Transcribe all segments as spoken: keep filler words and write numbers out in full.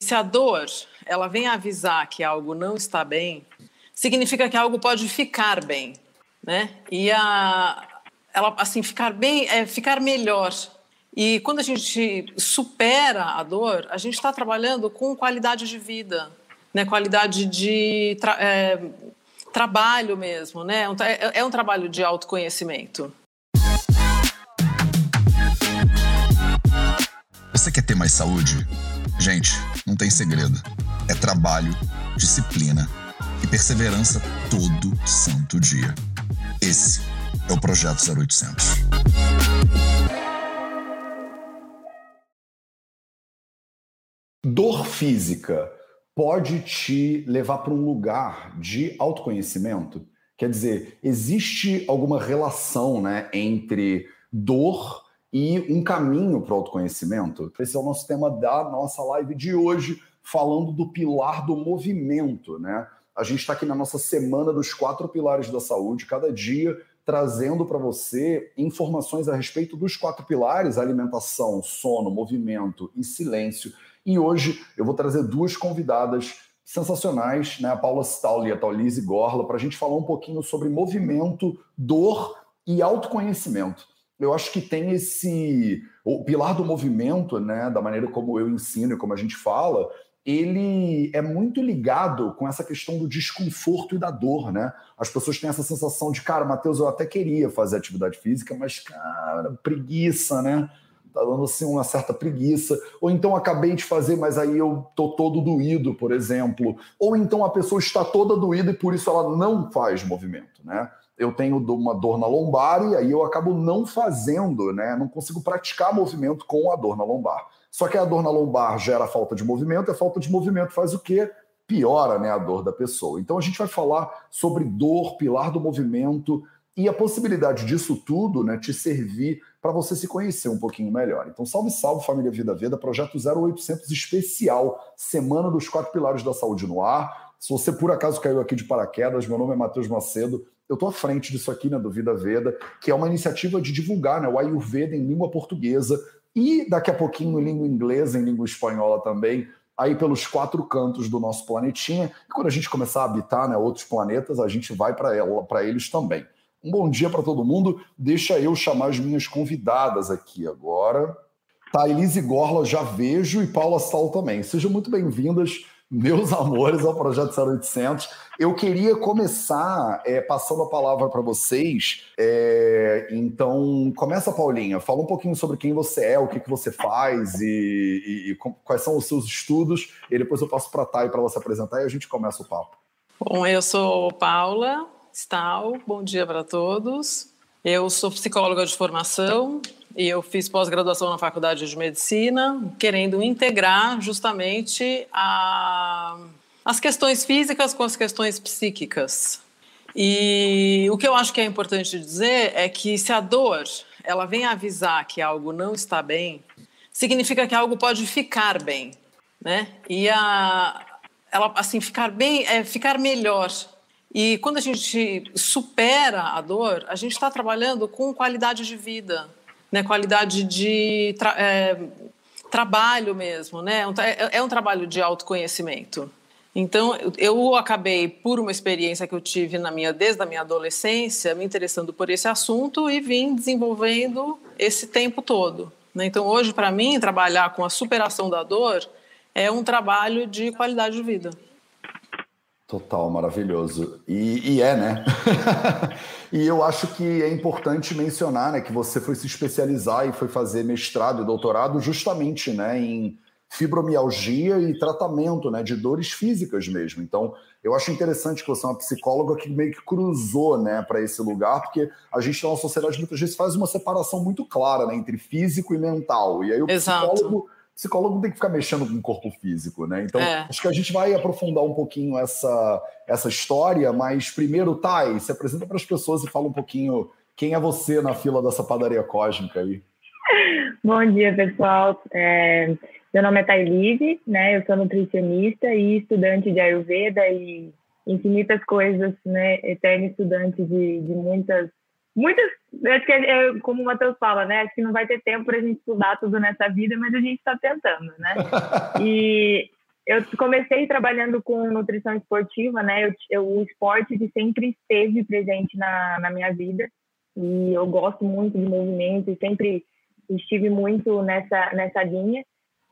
Se a dor, ela vem avisar que algo não está bem, significa que algo pode ficar bem, né? E a, ela, assim, ficar bem é ficar melhor. E quando a gente supera a dor, a gente está trabalhando com qualidade de vida, né? Qualidade de tra é, trabalho mesmo, né? É, é um trabalho de autoconhecimento. Você quer ter mais saúde? Gente, não tem segredo. É trabalho, disciplina e perseverança todo santo dia. Esse é o Projeto zero oitocentos. Dor física pode te levar para um lugar de autoconhecimento? Quer dizer, existe alguma relação, né, entre dor e um caminho para o autoconhecimento? Esse é o nosso tema da nossa live de hoje, falando do pilar do movimento, né? A gente está aqui na nossa semana dos quatro pilares da saúde, cada dia trazendo para você informações a respeito dos quatro pilares: alimentação, sono, movimento e silêncio. E hoje eu vou trazer duas convidadas sensacionais, né? A Paula Stahl e a Thaulise Gorla, para a gente falar um pouquinho sobre movimento, dor e autoconhecimento. Eu acho que tem esse... O pilar do movimento, né, da maneira como eu ensino e como a gente fala, ele é muito ligado com essa questão do desconforto e da dor, né? As pessoas têm essa sensação de, cara, Matheus, eu até queria fazer atividade física, mas, cara, preguiça, né? Tá dando assim uma certa preguiça. Ou então acabei de fazer, mas aí eu tô todo doído, por exemplo. Ou então a pessoa está toda doída e por isso ela não faz movimento, né? Eu tenho uma dor na lombar e aí eu acabo não fazendo, né? Não consigo praticar movimento com a dor na lombar. Só que a dor na lombar gera falta de movimento, e a falta de movimento faz o quê? Piora, né, a dor da pessoa. Então a gente vai falar sobre dor, pilar do movimento e a possibilidade disso tudo, né, te servir para você se conhecer um pouquinho melhor. Então salve, salve, família Vida Veda, Projeto zero oitocentos especial, Semana dos Quatro Pilares da Saúde no ar. Se você por acaso caiu aqui de paraquedas, meu nome é Matheus Macedo, eu estou à frente disso aqui, né, do Vida Veda, que é uma iniciativa de divulgar, né, o Ayurveda em língua portuguesa e daqui a pouquinho em língua inglesa, em língua espanhola também, aí pelos quatro cantos do nosso planetinha. E quando a gente começar a habitar, né, outros planetas, a gente vai para eles também. Um bom dia para todo mundo. Deixa eu chamar as minhas convidadas aqui agora. Thaulise Gorla, já vejo, e Paula Stahl também. Sejam muito bem-vindas, meus amores, ao Projeto zero oitocentos. Eu queria começar é, passando a palavra para vocês. É, então, começa, Paulinha. Fala um pouquinho sobre quem você é, o que, que você faz e, e, e quais são os seus estudos. E depois eu passo para a Thay para ela se apresentar e a gente começa o papo. Bom, eu sou Paula Stahl. Bom dia para todos. Eu sou psicóloga de formação e eu fiz pós-graduação na Faculdade de Medicina, querendo integrar justamente a... as questões físicas com as questões psíquicas. E o que eu acho que é importante dizer é que se a dor, ela vem avisar que algo não está bem, significa que algo pode ficar bem, né? E a, ela, assim, ficar bem é ficar melhor. E quando a gente supera a dor, a gente está trabalhando com qualidade de vida, né? Qualidade de tra é, trabalho mesmo, né? É, é um trabalho de autoconhecimento. Então, eu acabei, por uma experiência que eu tive na minha, desde a minha adolescência, me interessando por esse assunto e vim desenvolvendo esse tempo todo, né? Então, hoje, para mim, trabalhar com a superação da dor é um trabalho de qualidade de vida. Total, maravilhoso. E, e é, né? E eu acho que é importante mencionar, né, que você foi se especializar e foi fazer mestrado e doutorado justamente, né, em fibromialgia e tratamento, né, de dores físicas mesmo. Então, eu acho interessante que você é uma psicóloga que meio que cruzou, né, para esse lugar, porque a gente na sociedade muitas vezes faz uma separação muito clara, né, entre físico e mental. E aí o Exato. psicólogo... O psicólogo tem que ficar mexendo com o corpo físico, né? Então, é. acho que a gente vai aprofundar um pouquinho essa, essa história, mas primeiro, Thay, se apresenta para as pessoas e fala um pouquinho quem é você na fila dessa padaria cósmica aí. Bom dia, pessoal. É, meu nome é Thaulise, né? Eu sou nutricionista e estudante de Ayurveda e infinitas coisas, né? Eterno estudante de, de muitas... Muitas, acho que é, como o Matheus fala, né? Acho que não vai ter tempo para a gente estudar tudo nessa vida, mas a gente está tentando, né? E, eu comecei trabalhando com nutrição esportiva, né? Eu, eu, o esporte sempre esteve presente na, na minha vida e eu gosto muito de movimento e sempre estive muito nessa, nessa linha.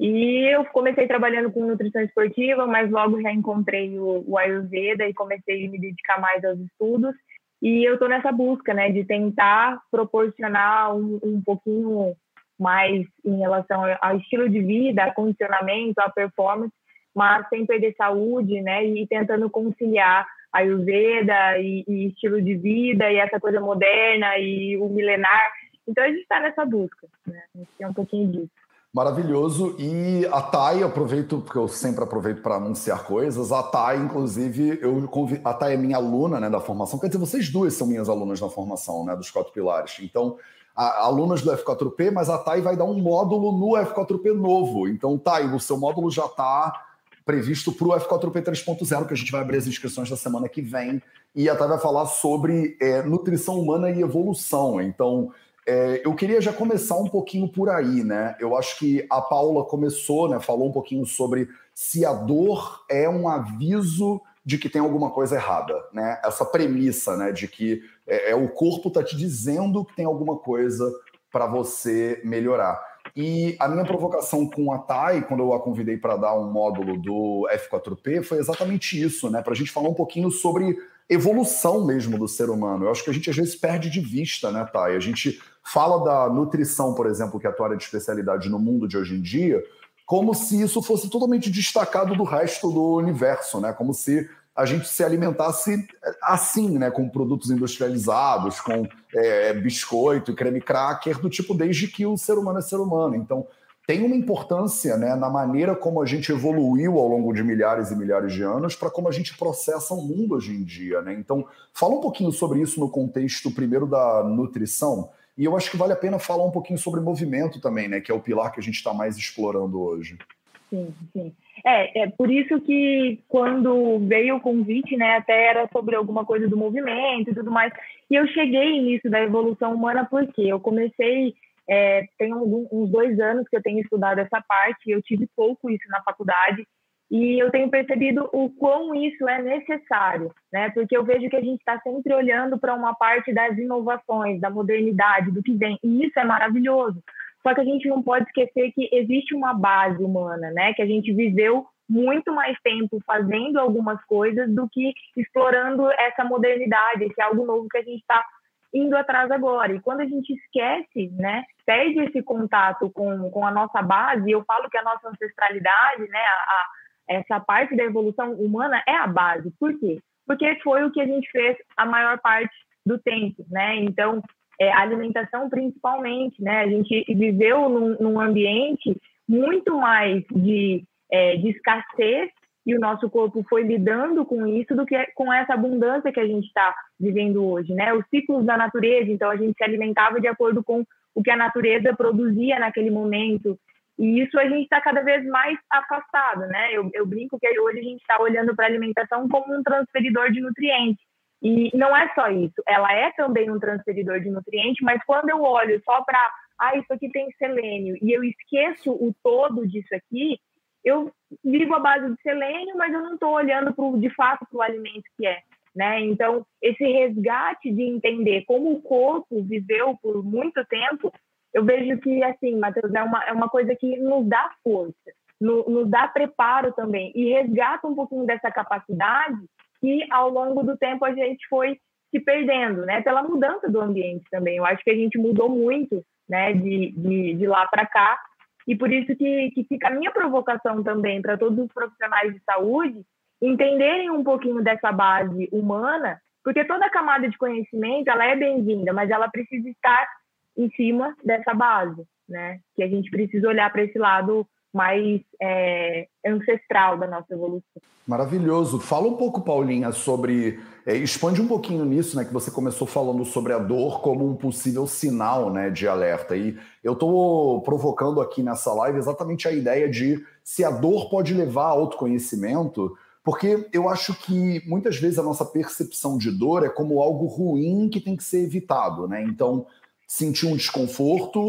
E eu comecei trabalhando com nutrição esportiva, mas logo já encontrei o, o Ayurveda e comecei a me dedicar mais aos estudos. E eu estou nessa busca, né, de tentar proporcionar um, um pouquinho mais em relação ao estilo de vida, ao condicionamento, à performance, mas sem perder saúde, né, e tentando conciliar Ayurveda e, e estilo de vida e essa coisa moderna e o milenar. Então a gente está nessa busca, né, a gente tem um pouquinho disso. Maravilhoso. E a Thay, aproveito, porque eu sempre aproveito para anunciar coisas, a Thay, inclusive, eu convi... a Thay é minha aluna, né, da formação, quer dizer, vocês duas são minhas alunas na formação, né, dos quatro pilares. Então, a... alunas do F quatro P, mas a Thay vai dar um módulo no F quatro P novo. Então, Thay, o seu módulo já está previsto para o F quatro P três ponto zero, que a gente vai abrir as inscrições na semana que vem. E a Thay vai falar sobre é, nutrição humana e evolução. Então, É, eu queria já começar um pouquinho por aí, né? Eu acho que a Paula começou, né? Falou um pouquinho sobre se a dor é um aviso de que tem alguma coisa errada, né? Essa premissa, né? De que é, é o corpo tá te dizendo que tem alguma coisa para você melhorar. E a minha provocação com a Thay, quando eu a convidei para dar um módulo do F quatro P, foi exatamente isso, né? Para a gente falar um pouquinho sobre evolução mesmo do ser humano. Eu acho que a gente às vezes perde de vista, né, Thay? A gente fala da nutrição, por exemplo, que é a tua área de especialidade no mundo de hoje em dia, como se isso fosse totalmente destacado do resto do universo, né? Como se a gente se alimentasse assim, né? Com produtos industrializados, com é, biscoito e creme cracker, do tipo desde que o ser humano é ser humano. Então, tem uma importância, né, na maneira como a gente evoluiu ao longo de milhares e milhares de anos para como a gente processa o mundo hoje em dia, né? Então, fala um pouquinho sobre isso no contexto, primeiro, da nutrição, e eu acho que vale a pena falar um pouquinho sobre movimento também, né, que é o pilar que a gente está mais explorando hoje. Sim, sim. É, é por isso que quando veio o convite, né, até era sobre alguma coisa do movimento e tudo mais, e eu cheguei nisso da evolução humana porque eu comecei... É, tem algum, uns dois anos que eu tenho estudado essa parte, eu tive pouco isso na faculdade, e eu tenho percebido o quão isso é necessário, né? Porque eu vejo que a gente está sempre olhando para uma parte das inovações, da modernidade, do que vem, e isso é maravilhoso. Só que a gente não pode esquecer que existe uma base humana, né? Que a gente viveu muito mais tempo fazendo algumas coisas do que explorando essa modernidade, esse algo novo que a gente está indo atrás agora. E quando a gente esquece, né, perde esse contato com, com a nossa base, eu falo que a nossa ancestralidade, né, a, a, essa parte da evolução humana é a base. Por quê? Porque foi o que a gente fez a maior parte do tempo, né? Então, é, a alimentação principalmente, né? A gente viveu num, num ambiente muito mais de, é, de escassez, e o nosso corpo foi lidando com isso do que com essa abundância que a gente está vivendo hoje, né? Os ciclos da natureza, então a gente se alimentava de acordo com o que a natureza produzia naquele momento, e isso a gente está cada vez mais afastado, né? Eu, eu brinco que hoje a gente está olhando para a alimentação como um transferidor de nutrientes, e não é só isso, ela é também um transferidor de nutrientes, mas quando eu olho só para, ah, isso aqui tem selênio, e eu esqueço o todo disso aqui, eu vivo à base de selênio, mas eu não estou olhando pro, de fato para o alimento que é, né? Então, esse resgate de entender como o corpo viveu por muito tempo, eu vejo que, assim, Matheus, é uma, é uma coisa que nos dá força, no, nos dá preparo também, e resgata um pouquinho dessa capacidade que, ao longo do tempo, a gente foi se perdendo, né? Pela mudança do ambiente também. Eu acho que a gente mudou muito, né, de, de, de lá para cá. E por isso que, que fica a minha provocação também para todos os profissionais de saúde entenderem um pouquinho dessa base humana, porque toda camada de conhecimento ela é bem-vinda, mas ela precisa estar em cima dessa base, né? Que a gente precisa olhar para esse lado mais é, ancestral da nossa evolução. Maravilhoso. Fala um pouco, Paulinha, sobre... É, expande um pouquinho nisso, né? Que você começou falando sobre a dor como um possível sinal, né, de alerta. E eu estou provocando aqui nessa live exatamente a ideia de se a dor pode levar a autoconhecimento, porque eu acho que muitas vezes a nossa percepção de dor é como algo ruim que tem que ser evitado, né? Então, sentir um desconforto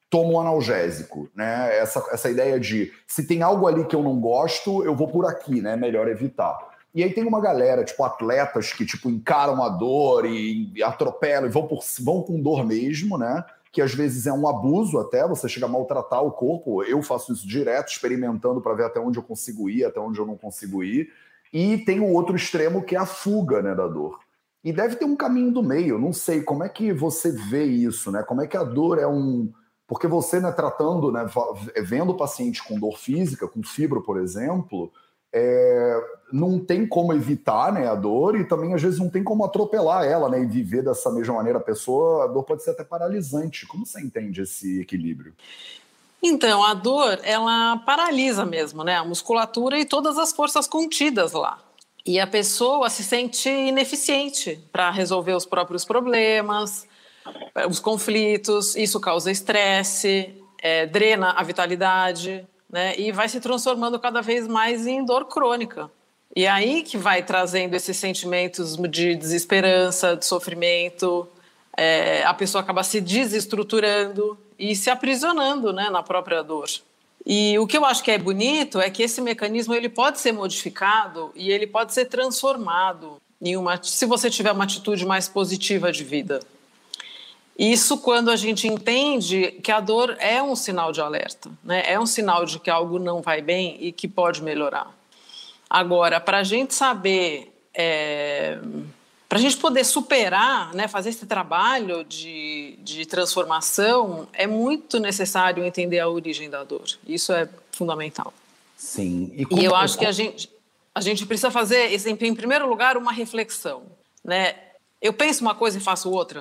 tomo um analgésico, né? Essa, essa ideia de se tem algo ali que eu não gosto, eu vou por aqui, né? Melhor evitar. E aí tem uma galera, tipo atletas que tipo encaram a dor e, e atropelam e vão, por, vão com dor mesmo, né? Que às vezes é um abuso até, você chega a maltratar o corpo. Eu faço isso direto, experimentando para ver até onde eu consigo ir, até onde eu não consigo ir. E tem o outro extremo que é a fuga, né, da dor. E deve ter um caminho do meio, não sei, como é que você vê isso, né? Como é que a dor é um... Porque você, né, tratando, né, vendo o paciente com dor física, com fibro, por exemplo, é, não tem como evitar, né, a dor e também, às vezes, não tem como atropelar ela, né, e viver dessa mesma maneira a pessoa. A dor pode ser até paralisante. Como você entende esse equilíbrio? Então, a dor, ela paralisa mesmo, né, a musculatura e todas as forças contidas lá. E a pessoa se sente ineficiente para resolver os próprios problemas, os conflitos, isso causa estresse, é, drena a vitalidade, né, e vai se transformando cada vez mais em dor crônica. E aí que vai trazendo esses sentimentos de desesperança, de sofrimento, é, a pessoa acaba se desestruturando e se aprisionando, né, na própria dor. E o que eu acho que é bonito é que esse mecanismo ele pode ser modificado e ele pode ser transformado em uma, se você tiver uma atitude mais positiva de vida. Isso quando a gente entende que a dor é um sinal de alerta, né? É um sinal de que algo não vai bem e que pode melhorar. Agora, para a gente saber, é, para a gente poder superar, né, fazer esse trabalho de, de transformação, é muito necessário entender a origem da dor. Isso é fundamental. Sim. E, como... e eu acho que a gente, a gente precisa fazer, em primeiro lugar, uma reflexão, né? Eu penso uma coisa e faço outra.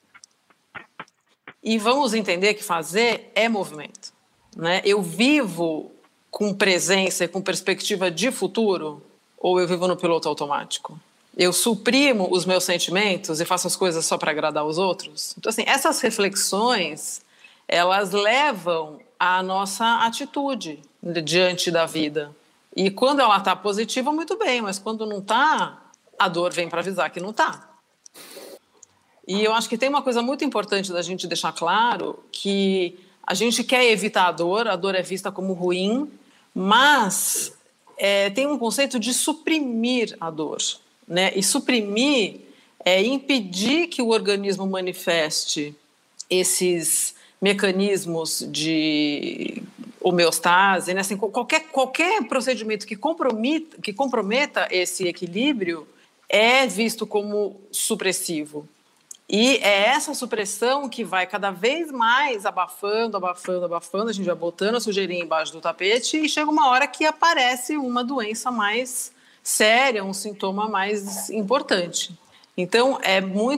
E vamos entender que fazer é movimento, né? Eu vivo com presença e com perspectiva de futuro ou eu vivo no piloto automático? Eu suprimo os meus sentimentos e faço as coisas só para agradar os outros? Então, assim, essas reflexões, elas levam à nossa atitude diante da vida. E quando ela está positiva, muito bem, mas quando não está, a dor vem para avisar que não está. E eu acho que tem uma coisa muito importante da gente deixar claro, que a gente quer evitar a dor, a dor é vista como ruim, mas é, tem um conceito de suprimir a dor, né? E suprimir é impedir que o organismo manifeste esses mecanismos de homeostase, né? Assim, qualquer, qualquer procedimento que comprometa, que comprometa esse equilíbrio é visto como supressivo. E é essa supressão que vai cada vez mais abafando, abafando, abafando, a gente vai botando a sujeirinha embaixo do tapete e chega uma hora que aparece uma doença mais séria, um sintoma mais importante. Então, é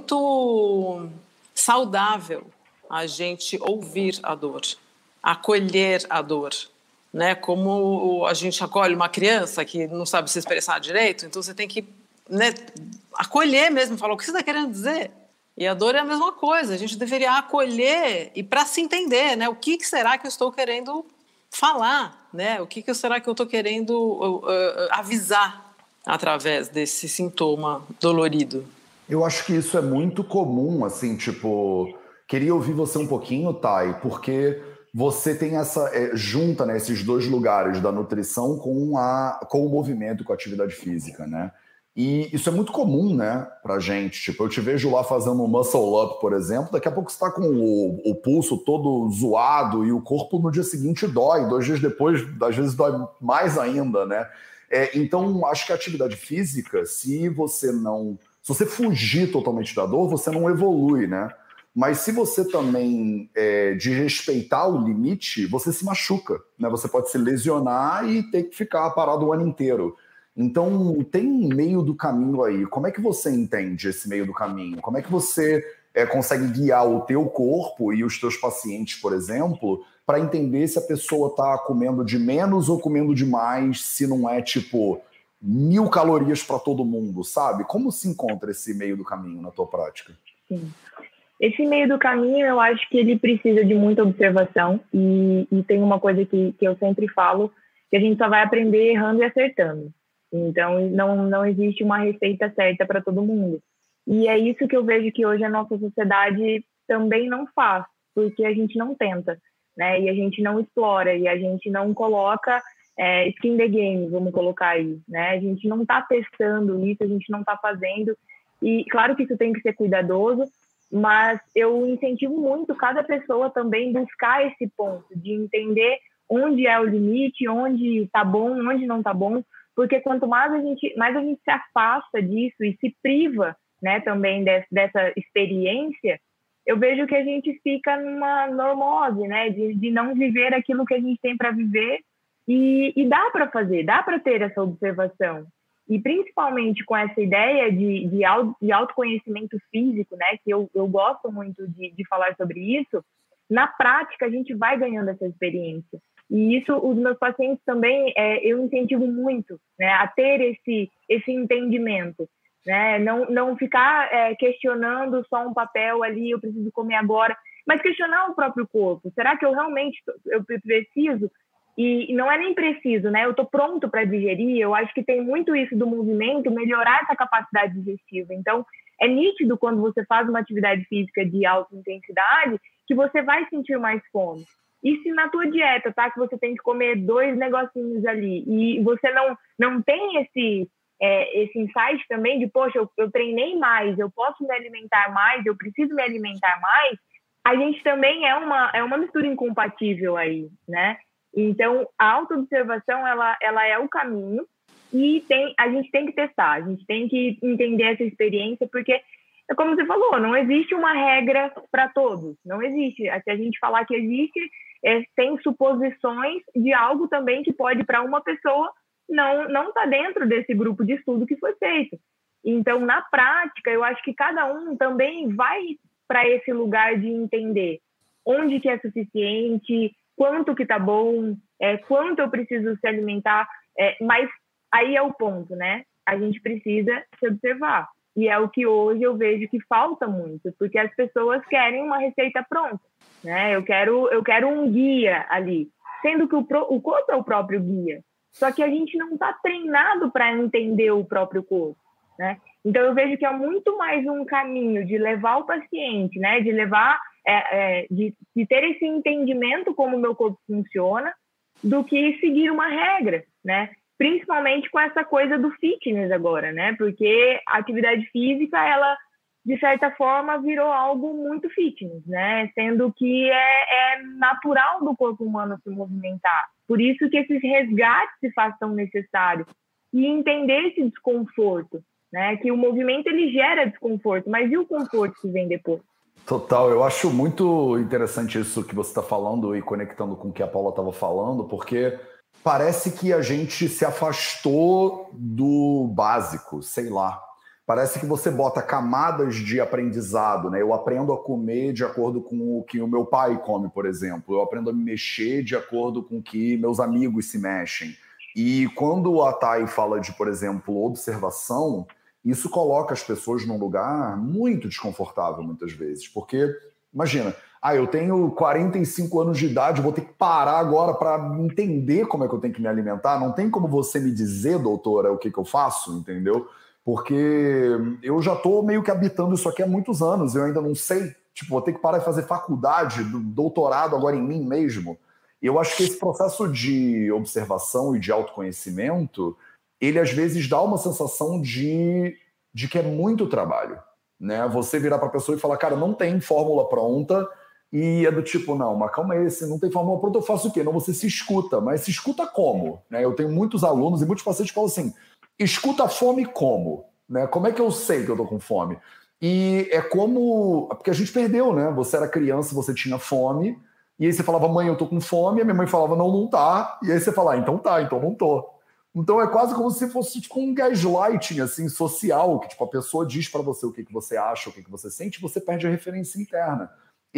muito saudável a gente ouvir a dor, acolher a dor, né? Como a gente acolhe uma criança que não sabe se expressar direito, então você tem que, né, acolher mesmo, falar o que você está querendo dizer. E a dor é a mesma coisa, a gente deveria acolher e para se entender, né? O que, que será que eu estou querendo falar, né? O que, que será que eu estou querendo uh, uh, avisar através desse sintoma dolorido? Eu acho que isso é muito comum, assim, tipo... Queria ouvir você um pouquinho, Thay, porque você tem essa... É, junta, né, esses dois lugares da nutrição com, a, com o movimento, com a atividade física, né? E isso é muito comum, né, pra gente. Tipo, eu te vejo lá fazendo um muscle up, por exemplo, daqui a pouco você tá com o, o pulso todo zoado e o corpo no dia seguinte dói. Dois dias depois, às vezes dói mais ainda, né? É, então, acho que a atividade física, se você não... Se você fugir totalmente da dor, você não evolui, né? Mas se você também é, desrespeitar o limite, você se machuca, né? Você pode se lesionar e ter que ficar parado o ano inteiro. Então, tem um meio do caminho aí. Como é que você entende esse meio do caminho? Como é que você é, consegue guiar o teu corpo e os teus pacientes, por exemplo, para entender se a pessoa está comendo de menos ou comendo de mais, se não é, tipo, mil calorias para todo mundo, sabe? Como se encontra esse meio do caminho na tua prática? Sim. Esse meio do caminho, eu acho que ele precisa de muita observação e, e tem uma coisa que, que eu sempre falo, que a gente só vai aprender errando e acertando. Então, não, não existe uma receita certa para todo mundo. E é isso que eu vejo que hoje a nossa sociedade também não faz, porque a gente não tenta. né? E a gente não explora, e a gente não coloca é, skin in the game, vamos colocar aí, né? A gente não está testando isso, a gente não está fazendo. E claro que isso tem que ser cuidadoso, mas eu incentivo muito cada pessoa também buscar esse ponto de entender onde é o limite, onde está bom, onde não está bom, porque quanto mais a gente, mais a gente se afasta disso e se priva, né, também desse, dessa experiência, eu vejo que a gente fica numa normose, né, de, de não viver aquilo que a gente tem para viver, e, e dá para fazer, dá para ter essa observação. E principalmente com essa ideia de, de, auto, de autoconhecimento físico, né, que eu, eu gosto muito de, de falar sobre isso, na prática a gente vai ganhando essa experiência. E isso, os meus pacientes também, é, eu incentivo muito, né, a ter esse, esse entendimento, né, não, não ficar é, questionando só um papel ali, eu preciso comer agora, mas questionar o próprio corpo. Será que eu realmente eu preciso? E não é nem preciso, né? Eu estou pronto para digerir. Eu acho que tem muito isso do movimento, melhorar essa capacidade digestiva. Então, é nítido quando você faz uma atividade física de alta intensidade que você vai sentir mais fome. E se na tua dieta, tá, que você tem que comer dois negocinhos ali e você não, não tem esse, é, esse insight também de, poxa, eu, eu treinei mais, eu posso me alimentar mais, eu preciso me alimentar mais, a gente também é uma, é uma mistura incompatível aí, né? Então, a autoobservação, ela, ela é o caminho e tem, a gente tem que testar, a gente tem que entender essa experiência, porque, é como você falou, não existe uma regra para todos, não existe. Se a gente falar que existe, é, tem suposições de algo também que pode, para uma pessoa, não não está dentro desse grupo de estudo que foi feito. Então, na prática, eu acho que cada um também vai para esse lugar de entender onde que é suficiente, quanto que tá bom, é, quanto eu preciso se alimentar, é, mas aí é o ponto, né? A gente precisa se observar. E é o que hoje eu vejo que falta muito, porque as pessoas querem uma receita pronta, né? Eu quero, eu quero um guia ali, sendo que o, pro, o corpo é o próprio guia. Só que a gente não está treinado para entender o próprio corpo, né? Então eu vejo que é muito mais um caminho de levar o paciente, né? De levar... É, é, de, de ter esse entendimento como o meu corpo funciona, do que seguir uma regra, né? Principalmente com essa coisa do fitness agora, né? Porque a atividade física, ela, de certa forma, virou algo muito fitness, né? Sendo que é, é natural do corpo humano se movimentar. Por isso que esses resgates se fazem tão necessários. E entender esse desconforto, né? Que o movimento, ele gera desconforto, mas e o conforto que vem depois? Total, eu acho muito interessante isso que você está falando e conectando com o que a Paula estava falando, porque parece que a gente se afastou do básico, sei lá. Parece que você bota camadas de aprendizado, né? Eu aprendo a comer de acordo com o que o meu pai come, por exemplo. Eu aprendo a me mexer de acordo com o que meus amigos se mexem. E quando a Thay fala de, por exemplo, observação, isso coloca as pessoas num lugar muito desconfortável, muitas vezes. Porque, imagina, ah, eu tenho quarenta e cinco anos de idade, vou ter que parar agora para entender como é que eu tenho que me alimentar. Não tem como você me dizer, doutora, o que, que eu faço, entendeu? Porque eu já estou meio que habitando isso aqui há muitos anos, eu ainda não sei. Tipo, vou ter que parar de fazer faculdade, doutorado agora em mim mesmo. E eu acho que esse processo de observação e de autoconhecimento, ele às vezes dá uma sensação de, de que é muito trabalho, né? Você virar para a pessoa e falar, cara, não tem fórmula pronta, e é do tipo, não, mas calma aí, se não tem fórmula pronta, eu faço o quê? Não, você se escuta, mas se escuta como? Né? Eu tenho muitos alunos e muitos pacientes que falam assim, escuta a fome como? Né? Como é que eu sei que eu tô com fome? E é como... Porque a gente perdeu, né? Você era criança, você tinha fome, e aí você falava, mãe, eu tô com fome, e a minha mãe falava, não, não tá, e aí você fala, ah, então tá, então não tô. Então é quase como se fosse tipo um gaslighting assim, social, que tipo, a pessoa diz para você o que, que você acha, o que, que você sente, e você perde a referência interna.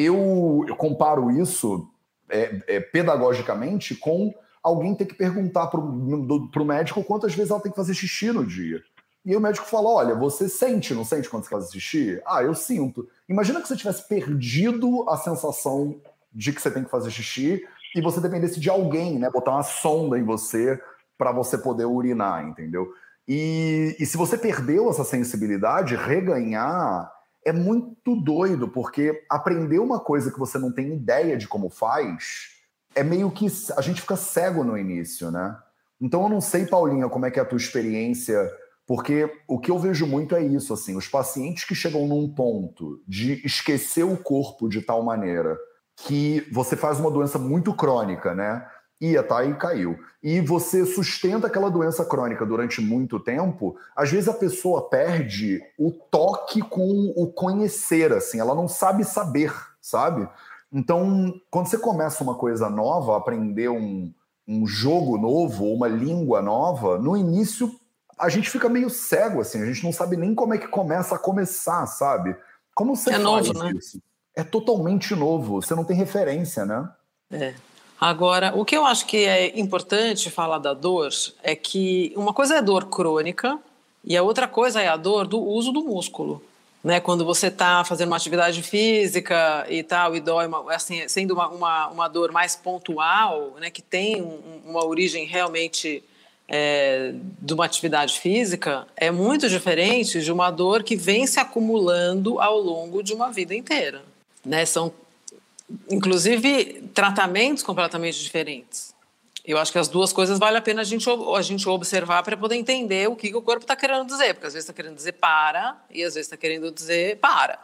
Eu, eu comparo isso é, é, pedagogicamente com alguém ter que perguntar para o médico quantas vezes ela tem que fazer xixi no dia. E aí o médico fala, olha, você sente, não sente quando você faz xixi? Ah, eu sinto. Imagina que você tivesse perdido a sensação de que você tem que fazer xixi e você dependesse de alguém, né? Botar uma sonda em você para você poder urinar, entendeu? E, e se você perdeu essa sensibilidade, reganhar é muito doido, porque aprender uma coisa que você não tem ideia de como faz, é meio que a gente fica cego no início, né? Então eu não sei, Paulinha, como é que é a tua experiência, porque o que eu vejo muito é isso, assim, os pacientes que chegam num ponto de esquecer o corpo de tal maneira que você faz uma doença muito crônica, né? Ia, tá, e caiu. E você sustenta aquela doença crônica durante muito tempo, às vezes a pessoa perde o toque com o conhecer, assim, ela não sabe saber, sabe? Então, quando você começa uma coisa nova, aprender um, um jogo novo, uma língua nova, no início a gente fica meio cego, assim, a gente não sabe nem como é que começa a começar, sabe? Como você é faz novo, né? isso? É totalmente novo, você não tem referência, né? É. Agora, o que eu acho que é importante falar da dor é que uma coisa é dor crônica e a outra coisa é a dor do uso do músculo. Né? Quando você está fazendo uma atividade física e tal, e dói, uma, assim, sendo uma, uma, uma dor mais pontual, né? Que tem um, uma origem realmente é, de uma atividade física, é muito diferente de uma dor que vem se acumulando ao longo de uma vida inteira. Né? São inclusive tratamentos completamente diferentes. Eu acho que as duas coisas vale a pena a gente, a gente observar para poder entender o que, que o corpo está querendo dizer, porque às vezes está querendo dizer para e às vezes está querendo dizer para.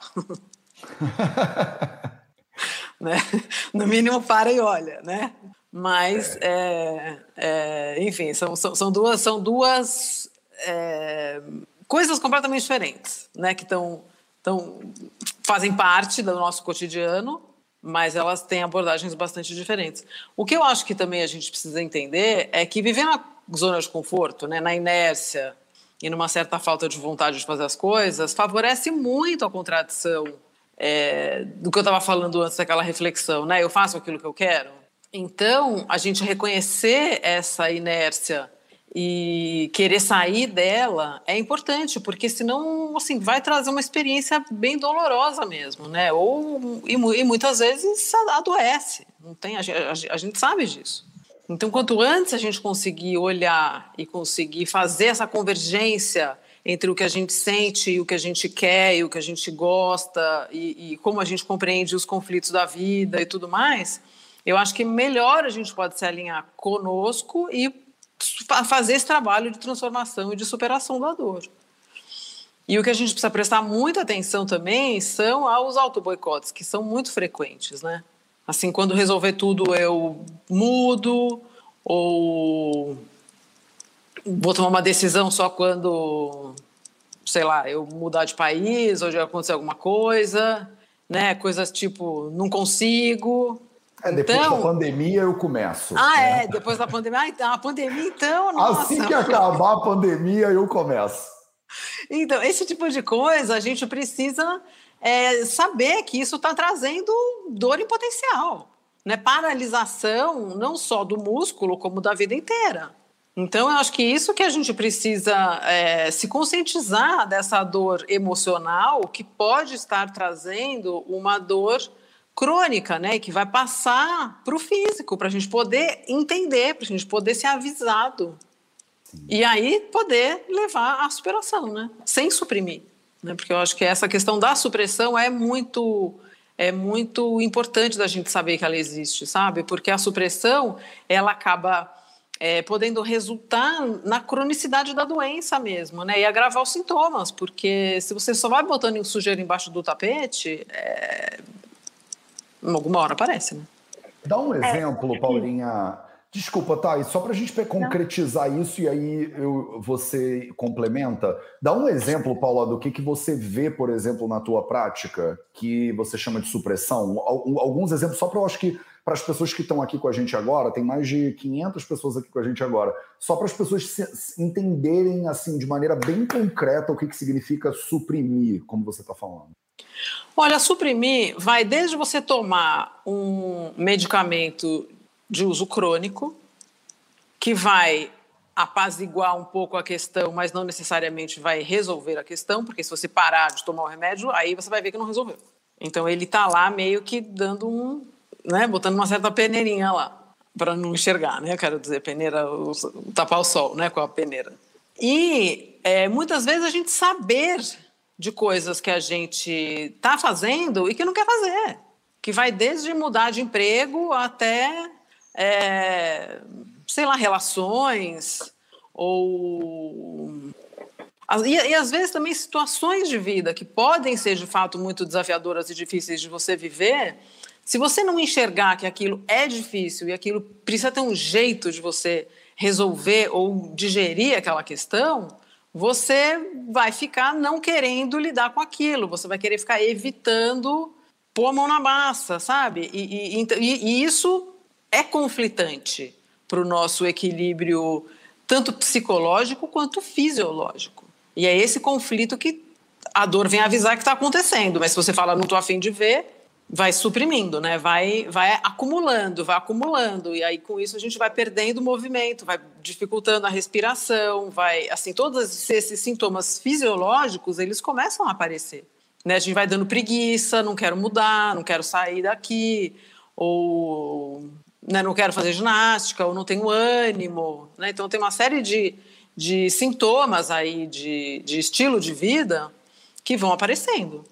Né? No mínimo para e olha, né? Mas, é, é, enfim, são, são, são duas, são duas é, coisas completamente diferentes, né? Que tão, tão, fazem parte do nosso cotidiano, mas elas têm abordagens bastante diferentes. O que eu acho que também a gente precisa entender é que viver na zona de conforto, né, na inércia e numa certa falta de vontade de fazer as coisas, favorece muito a contradição é, do que eu estava falando antes daquela reflexão, né? Eu faço aquilo que eu quero. Então, a gente reconhecer essa inércia e querer sair dela é importante, porque senão, assim, vai trazer uma experiência bem dolorosa mesmo, né? Ou, e, e muitas vezes adoece, não tem, a, a, a gente sabe disso. Então, quanto antes a gente conseguir olhar e conseguir fazer essa convergência entre o que a gente sente e o que a gente quer e o que a gente gosta e, e como a gente compreende os conflitos da vida e tudo mais, eu acho que melhor a gente pode se alinhar conosco e fazer esse trabalho de transformação e de superação da dor. E o que a gente precisa prestar muita atenção também são aos autoboicotes, que são muito frequentes, né? Assim, quando resolver tudo eu mudo, ou vou tomar uma decisão só quando, sei lá, eu mudar de país, ou já acontecer alguma coisa, né? Coisas tipo, não consigo... É, depois então, da pandemia eu começo. Ah, né? é, depois da pandemia. Ah, então, a pandemia, então, nossa. Assim que acabar a pandemia, eu começo. Então, esse tipo de coisa, a gente precisa é, saber que isso está trazendo dor em potencial, né? Paralisação, não só do músculo, como da vida inteira. Então, eu acho que isso que a gente precisa é, se conscientizar dessa dor emocional que pode estar trazendo uma dor crônica, né, que vai passar para o físico, para a gente poder entender, para a gente poder ser avisado. Sim. E aí poder levar à superação, né, sem suprimir, né, porque eu acho que essa questão da supressão é muito, é muito importante da gente saber que ela existe, sabe, porque a supressão, ela acaba é, podendo resultar na cronicidade da doença mesmo, né, e agravar os sintomas, porque se você só vai botando sujeira embaixo do tapete, é... alguma hora aparece, né? Dá um exemplo, é, Paulinha. Desculpa, Thay, só para a gente concretizar Não. isso e aí eu, você complementa. Dá um exemplo, Paula, do que, que você vê, por exemplo, na tua prática, que você chama de supressão. Alguns exemplos, só para eu acho que para as pessoas que estão aqui com a gente agora, tem mais de quinhentas pessoas aqui com a gente agora, só para as pessoas se, entenderem assim de maneira bem concreta o que, que significa suprimir, como você está falando. Olha, suprimir vai desde você tomar um medicamento de uso crônico, que vai apaziguar um pouco a questão, mas não necessariamente vai resolver a questão, porque se você parar de tomar o remédio, aí você vai ver que não resolveu. Então ele está lá meio que dando um, né, botando uma certa peneirinha lá, para não enxergar, né? Quero dizer, peneira, tapar o sol, né, com a peneira. E é, muitas vezes a gente saber de coisas que a gente está fazendo e que não quer fazer, que vai desde mudar de emprego até, é, sei lá, relações, ou... E, e às vezes também situações de vida que podem ser, de fato, muito desafiadoras e difíceis de você viver. Se você não enxergar que aquilo é difícil e aquilo precisa ter um jeito de você resolver ou digerir aquela questão, você vai ficar não querendo lidar com aquilo, você vai querer ficar evitando pôr a mão na massa, sabe? E, e, e, e isso é conflitante para o nosso equilíbrio, tanto psicológico quanto fisiológico. E é esse conflito que a dor vem avisar que está acontecendo, mas se você fala, não estou afim de ver, vai suprimindo, né? vai, vai acumulando, vai acumulando, e aí com isso a gente vai perdendo o movimento, vai dificultando a respiração, vai, assim, todos esses sintomas fisiológicos, eles começam a aparecer, né? A gente vai dando preguiça, não quero mudar, não quero sair daqui, ou, né, não quero fazer ginástica, ou não tenho ânimo, né? Então tem uma série de, de sintomas aí de, de estilo de vida que vão aparecendo.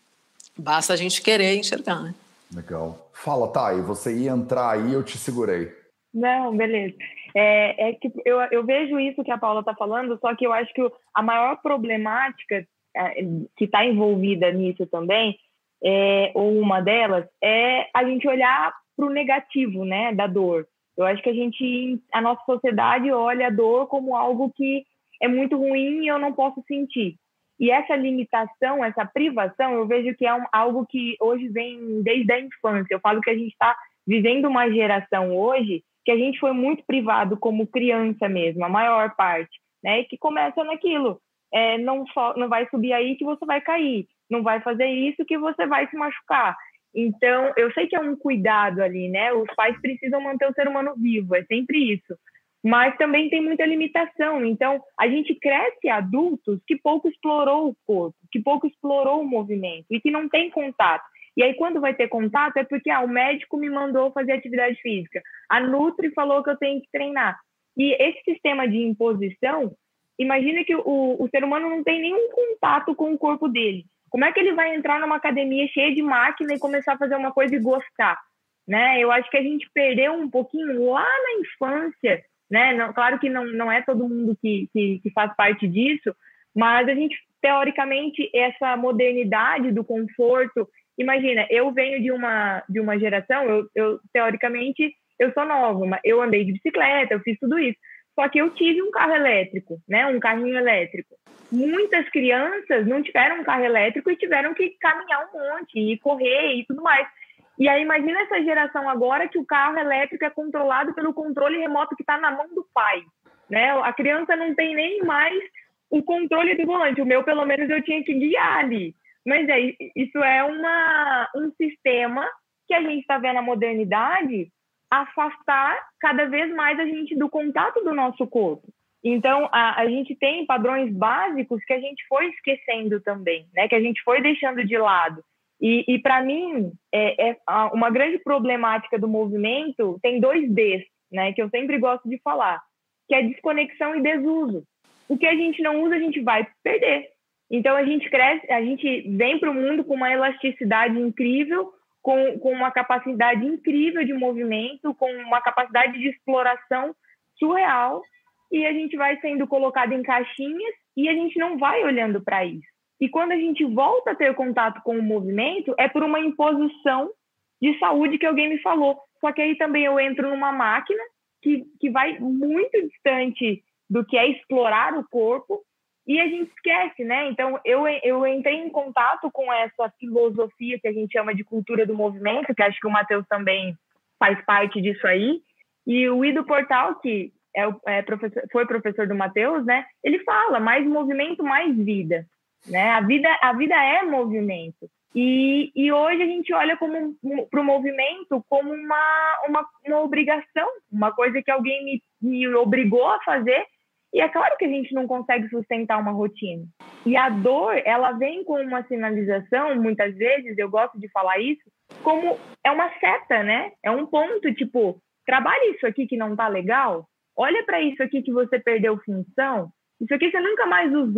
Basta a gente querer enxergar, né? Legal. Fala, Thay, você ia entrar aí, eu te segurei. Não, beleza. É, é que eu, eu vejo isso que a Paula está falando, só que eu acho que a maior problemática é, que está envolvida nisso também, é, ou uma delas, é a gente olhar para o negativo, né, da dor. Eu acho que a gente, a nossa sociedade olha a dor como algo que é muito ruim e eu não posso sentir. E essa limitação, essa privação, eu vejo que é um, algo que hoje vem desde a infância. Eu falo que a gente está vivendo uma geração hoje que a gente foi muito privado como criança mesmo, a maior parte, né? E que começa naquilo. É, não, só, não vai subir aí que você vai cair. Não vai fazer isso que você vai se machucar. Então, eu sei que é um cuidado ali, né? Os pais precisam manter o ser humano vivo, é sempre isso. Mas também tem muita limitação. Então, a gente cresce adultos que pouco explorou o corpo, que pouco explorou o movimento e que não tem contato. E aí, quando vai ter contato, é porque ah, o médico me mandou fazer atividade física, a Nutri falou que eu tenho que treinar. E esse sistema de imposição, imagina que o, o ser humano não tem nenhum contato com o corpo dele. Como é que ele vai entrar numa academia cheia de máquina e começar a fazer uma coisa e gostar? Né? Eu acho que a gente perdeu um pouquinho lá na infância. Né? Não, claro que não, não é todo mundo que, que, que faz parte disso, mas a gente, teoricamente, essa modernidade do conforto, imagina, eu venho de uma, de uma geração, eu, eu, teoricamente, eu sou nova, mas eu andei de bicicleta, eu fiz tudo isso, só que eu tive um carro elétrico, né? Um carrinho elétrico. Muitas crianças não tiveram um carro elétrico e tiveram que caminhar um monte, e correr e tudo mais. E aí imagina essa geração agora que o carro elétrico é controlado pelo controle remoto que está na mão do pai, né? A criança não tem nem mais o controle do volante. O meu, pelo menos, eu tinha que guiar ali. Mas é, isso é uma, um sistema que a gente está vendo na modernidade afastar cada vez mais a gente do contato do nosso corpo. Então, a, a gente tem padrões básicos que a gente foi esquecendo também, né? Que a gente foi deixando de lado. E, e para mim, é, é uma grande problemática do movimento tem dois Ds, né, que eu sempre gosto de falar, que é desconexão e desuso. O que a gente não usa, a gente vai perder. Então, a gente cresce, a gente vem para o mundo com uma elasticidade incrível, com, com uma capacidade incrível de movimento, com uma capacidade de exploração surreal, e a gente vai sendo colocado em caixinhas e a gente não vai olhando para isso. E quando a gente volta a ter contato com o movimento, é por uma imposição de saúde que alguém me falou. Só que aí também eu entro numa máquina que, que vai muito distante do que é explorar o corpo e a gente esquece, né? Então, eu, eu entrei em contato com essa filosofia que a gente chama de cultura do movimento, que acho que o Matheus também faz parte disso aí. E o Ido Portal, que é, é professor, foi professor do Matheus, né? Ele fala, mais movimento, mais vida. Né? A vida, a vida é movimento. E, e hoje a gente olha para o movimento como uma, uma, uma obrigação, uma coisa que alguém me, me obrigou a fazer. E é claro que a gente não consegue sustentar uma rotina. E a dor, ela vem com uma sinalização, muitas vezes, eu gosto de falar isso, como é uma seta, né? É um ponto, tipo, trabalha isso aqui que não está legal, olha para isso aqui que você perdeu função, isso aqui você nunca mais usou.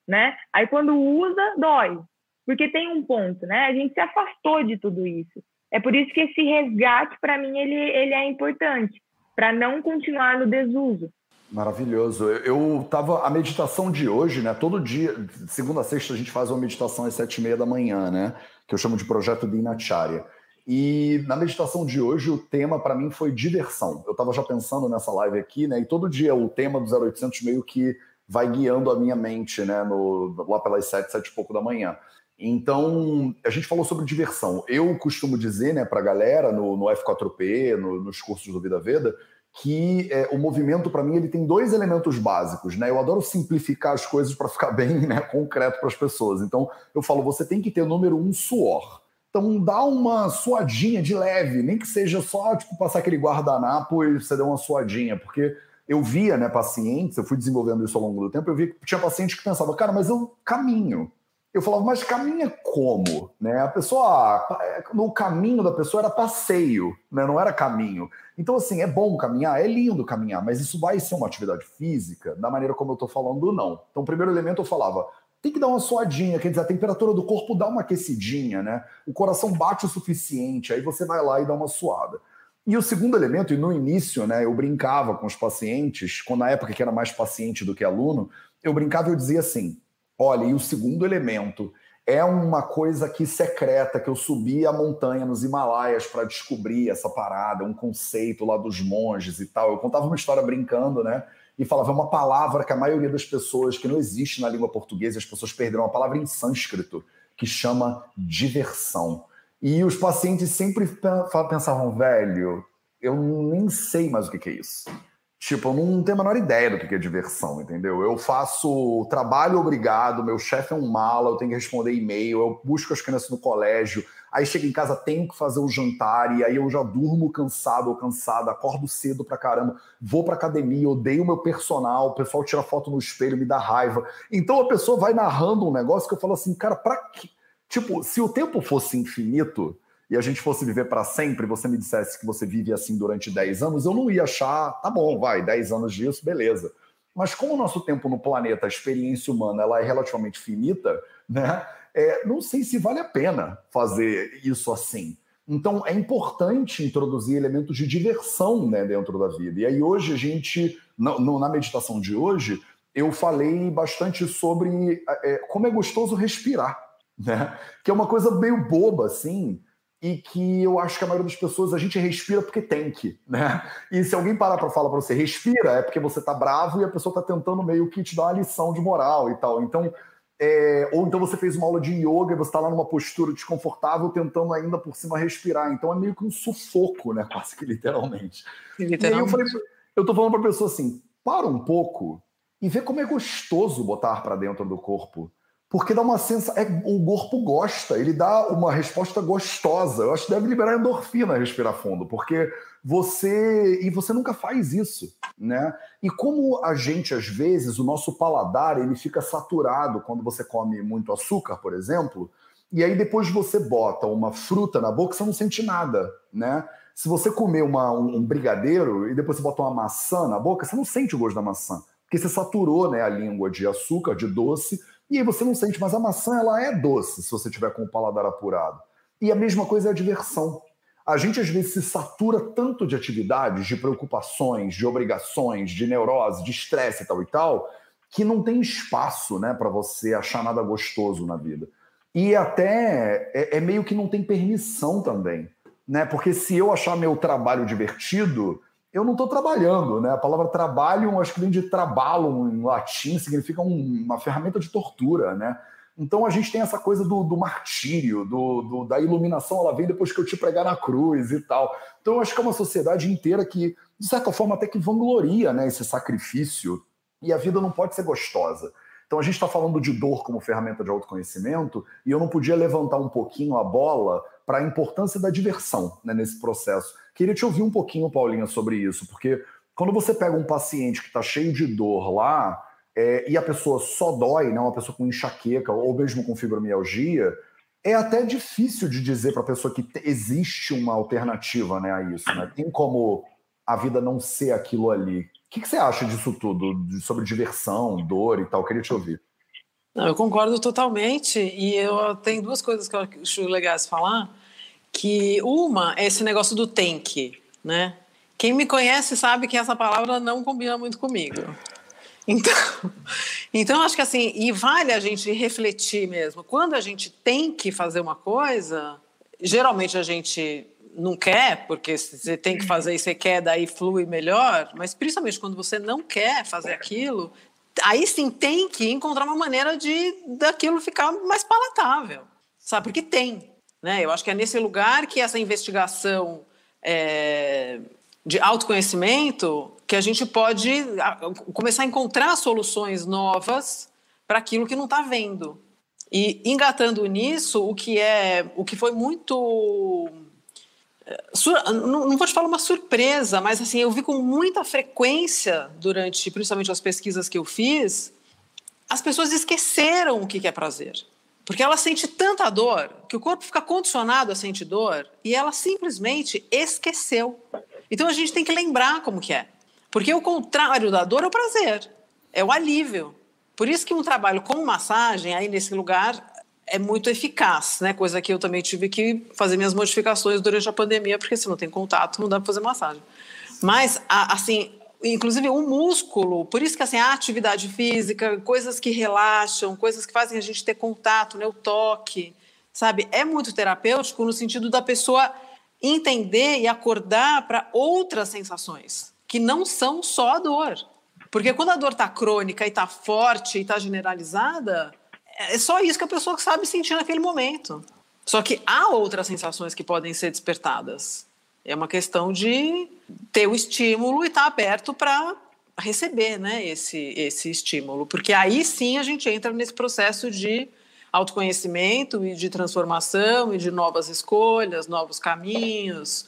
né? Aí quando usa, dói. Porque tem um ponto, né? A gente se afastou de tudo isso. É por isso que esse resgate, para mim, ele, ele é importante, para não continuar no desuso. Maravilhoso. Eu tava. A meditação de hoje, né? Todo dia, de segunda a sexta, a gente faz uma meditação às sete e meia da manhã, né? Que eu chamo de projeto Dinacharya. E na meditação de hoje, o tema para mim foi diversão. Eu estava já pensando nessa live aqui, né? E todo dia o tema do zero oitocentos meio que vai guiando a minha mente, né? No, lá pelas sete, sete e pouco da manhã. Então, a gente falou sobre diversão. Eu costumo dizer, né, para a galera no, no F quatro P, no, nos cursos do Vida Veda, que é, o movimento, para mim, ele tem dois elementos básicos, né? Eu adoro simplificar as coisas para ficar bem, né, concreto para as pessoas. Então, eu falo, você tem que ter, número um, suor. Então, dá uma suadinha de leve, nem que seja só, tipo, passar aquele guardanapo e você dá uma suadinha, porque eu via, né, pacientes, eu fui desenvolvendo isso ao longo do tempo, eu vi que tinha paciente que pensava, cara, mas eu caminho. Eu falava, mas caminha como? Né? A pessoa, no caminho da pessoa era passeio, né? Não era caminho. Então, assim, é bom caminhar, é lindo caminhar, mas isso vai ser uma atividade física? Da maneira como eu estou falando, não. Então, o primeiro elemento eu falava, tem que dar uma suadinha, quer dizer, a temperatura do corpo dá uma aquecidinha, né? O coração bate o suficiente, aí você vai lá e dá uma suada. E o segundo elemento, e no início, né, eu brincava com os pacientes, quando na época que era mais paciente do que aluno, eu brincava e eu dizia assim, olha, e o segundo elemento é uma coisa aqui secreta, que eu subi a montanha nos Himalaias para descobrir essa parada, um conceito lá dos monges e tal. Eu contava uma história brincando, né? E falava uma palavra que a maioria das pessoas, que não existe na língua portuguesa, as pessoas perderam, uma palavra em sânscrito, que chama diversão. E os pacientes sempre pensavam, velho, eu nem sei mais o que é isso. Tipo, eu não tenho a menor ideia do que é diversão, entendeu? Eu faço trabalho obrigado, meu chefe é um mala, eu tenho que responder e-mail, eu busco as crianças no colégio, aí chego em casa, tenho que fazer o jantar, e aí eu já durmo cansado ou cansada, acordo cedo pra caramba, vou pra academia, odeio o meu personal, o pessoal tira foto no espelho, me dá raiva. Então a pessoa vai narrando um negócio que eu falo assim, cara, pra quê? Tipo, se o tempo fosse infinito e a gente fosse viver para sempre, você me dissesse que você vive assim durante dez anos, eu não ia achar, tá bom, vai, dez anos disso, beleza. Mas como o nosso tempo no planeta, a experiência humana, ela é relativamente finita, né? É, não sei se vale a pena fazer isso assim. Então, é importante introduzir elementos de diversão, né, dentro da vida. E aí hoje a gente, na, na meditação de hoje, eu falei bastante sobre é, como é gostoso respirar, né? Que é uma coisa meio boba, assim, e que eu acho que a maioria das pessoas, a gente respira porque tem que, né? E se alguém parar para falar para você, respira, é porque você tá bravo e a pessoa tá tentando meio que te dar uma lição de moral e tal. Então, é... ou então você fez uma aula de yoga e você tá lá numa postura desconfortável tentando ainda por cima respirar. Então é meio que um sufoco, né? Quase que literalmente. literalmente. E aí eu falei, eu tô falando pra pessoa assim, para um pouco e vê como é gostoso botar para dentro do corpo. Porque dá uma sensação, é, o corpo gosta, ele dá uma resposta gostosa. Eu acho que deve liberar endorfina respirar fundo, porque você... E você nunca faz isso, né? E como a gente, às vezes, o nosso paladar, ele fica saturado quando você come muito açúcar, por exemplo, e aí depois você bota uma fruta na boca, você não sente nada, né? Se você comer uma, um, um brigadeiro e depois você bota uma maçã na boca, você não sente o gosto da maçã, porque você saturou, né, a língua de açúcar, de doce, e aí você não sente, mas a maçã ela é doce se você tiver com o paladar apurado. E a mesma coisa é a diversão. A gente às vezes se satura tanto de atividades, de preocupações, de obrigações, de neurose, de estresse e tal e tal, que não tem espaço, né, para você achar nada gostoso na vida. E até é, é meio que não tem permissão também, né? Porque se eu achar meu trabalho divertido, eu não estou trabalhando, né? A palavra trabalho, acho que vem de trabalho em latim, significa um, uma ferramenta de tortura, né? Então a gente tem essa coisa do, do martírio, do, do, da iluminação, ela vem depois que eu te pregar na cruz e tal. Então eu acho que é uma sociedade inteira que, de certa forma, até que vangloria, né, esse sacrifício, e a vida não pode ser gostosa. Então a gente está falando de dor como ferramenta de autoconhecimento, e eu não podia levantar um pouquinho a bola para a importância da diversão, né, nesse processo. Queria te ouvir um pouquinho, Paulinha, sobre isso, porque quando você pega um paciente que está cheio de dor lá, é, e a pessoa só dói, né, uma pessoa com enxaqueca ou mesmo com fibromialgia, é até difícil de dizer para a pessoa que existe uma alternativa, né, a isso. Né? Tem como a vida não ser aquilo ali. O que, que você acha disso tudo, sobre diversão, dor e tal? Queria te ouvir. Não, eu concordo totalmente, e eu tenho duas coisas que eu acho legais falar, que uma é esse negócio do tem que, né? Quem me conhece sabe que essa palavra não combina muito comigo. Então, então acho que assim, e vale a gente refletir mesmo. Quando a gente tem que fazer uma coisa, geralmente a gente não quer, porque você tem que fazer e você quer, daí flui melhor, mas principalmente quando você não quer fazer aquilo, aí sim tem que encontrar uma maneira de daquilo ficar mais palatável, sabe? Porque tem, né? Eu acho que é nesse lugar que essa investigação é, de autoconhecimento que a gente pode começar a encontrar soluções novas para aquilo que não está vendo. E engatando nisso, o que é, o que foi muito, não, não vou te falar uma surpresa, mas assim, eu vi com muita frequência durante, principalmente as pesquisas que eu fiz, as pessoas esqueceram o que é prazer. Porque ela sente tanta dor, que o corpo fica condicionado a sentir dor, e ela simplesmente esqueceu. Então a gente tem que lembrar como que é. Porque o contrário da dor é o prazer, é o alívio. Por isso que um trabalho como massagem, aí nesse lugar, é muito eficaz, né? Coisa que eu também tive que fazer minhas modificações durante a pandemia, porque se não tem contato, não dá para fazer massagem. Mas, assim, inclusive o músculo, por isso que assim, a atividade física, coisas que relaxam, coisas que fazem a gente ter contato, né? O toque, sabe? É muito terapêutico no sentido da pessoa entender e acordar para outras sensações, que não são só a dor. Porque quando a dor está crônica e está forte e está generalizada, é só isso que a pessoa sabe sentir naquele momento. Só que há outras sensações que podem ser despertadas. É uma questão de ter o estímulo e estar aberto para receber, né, esse, esse estímulo. Porque aí sim a gente entra nesse processo de autoconhecimento e de transformação e de novas escolhas, novos caminhos...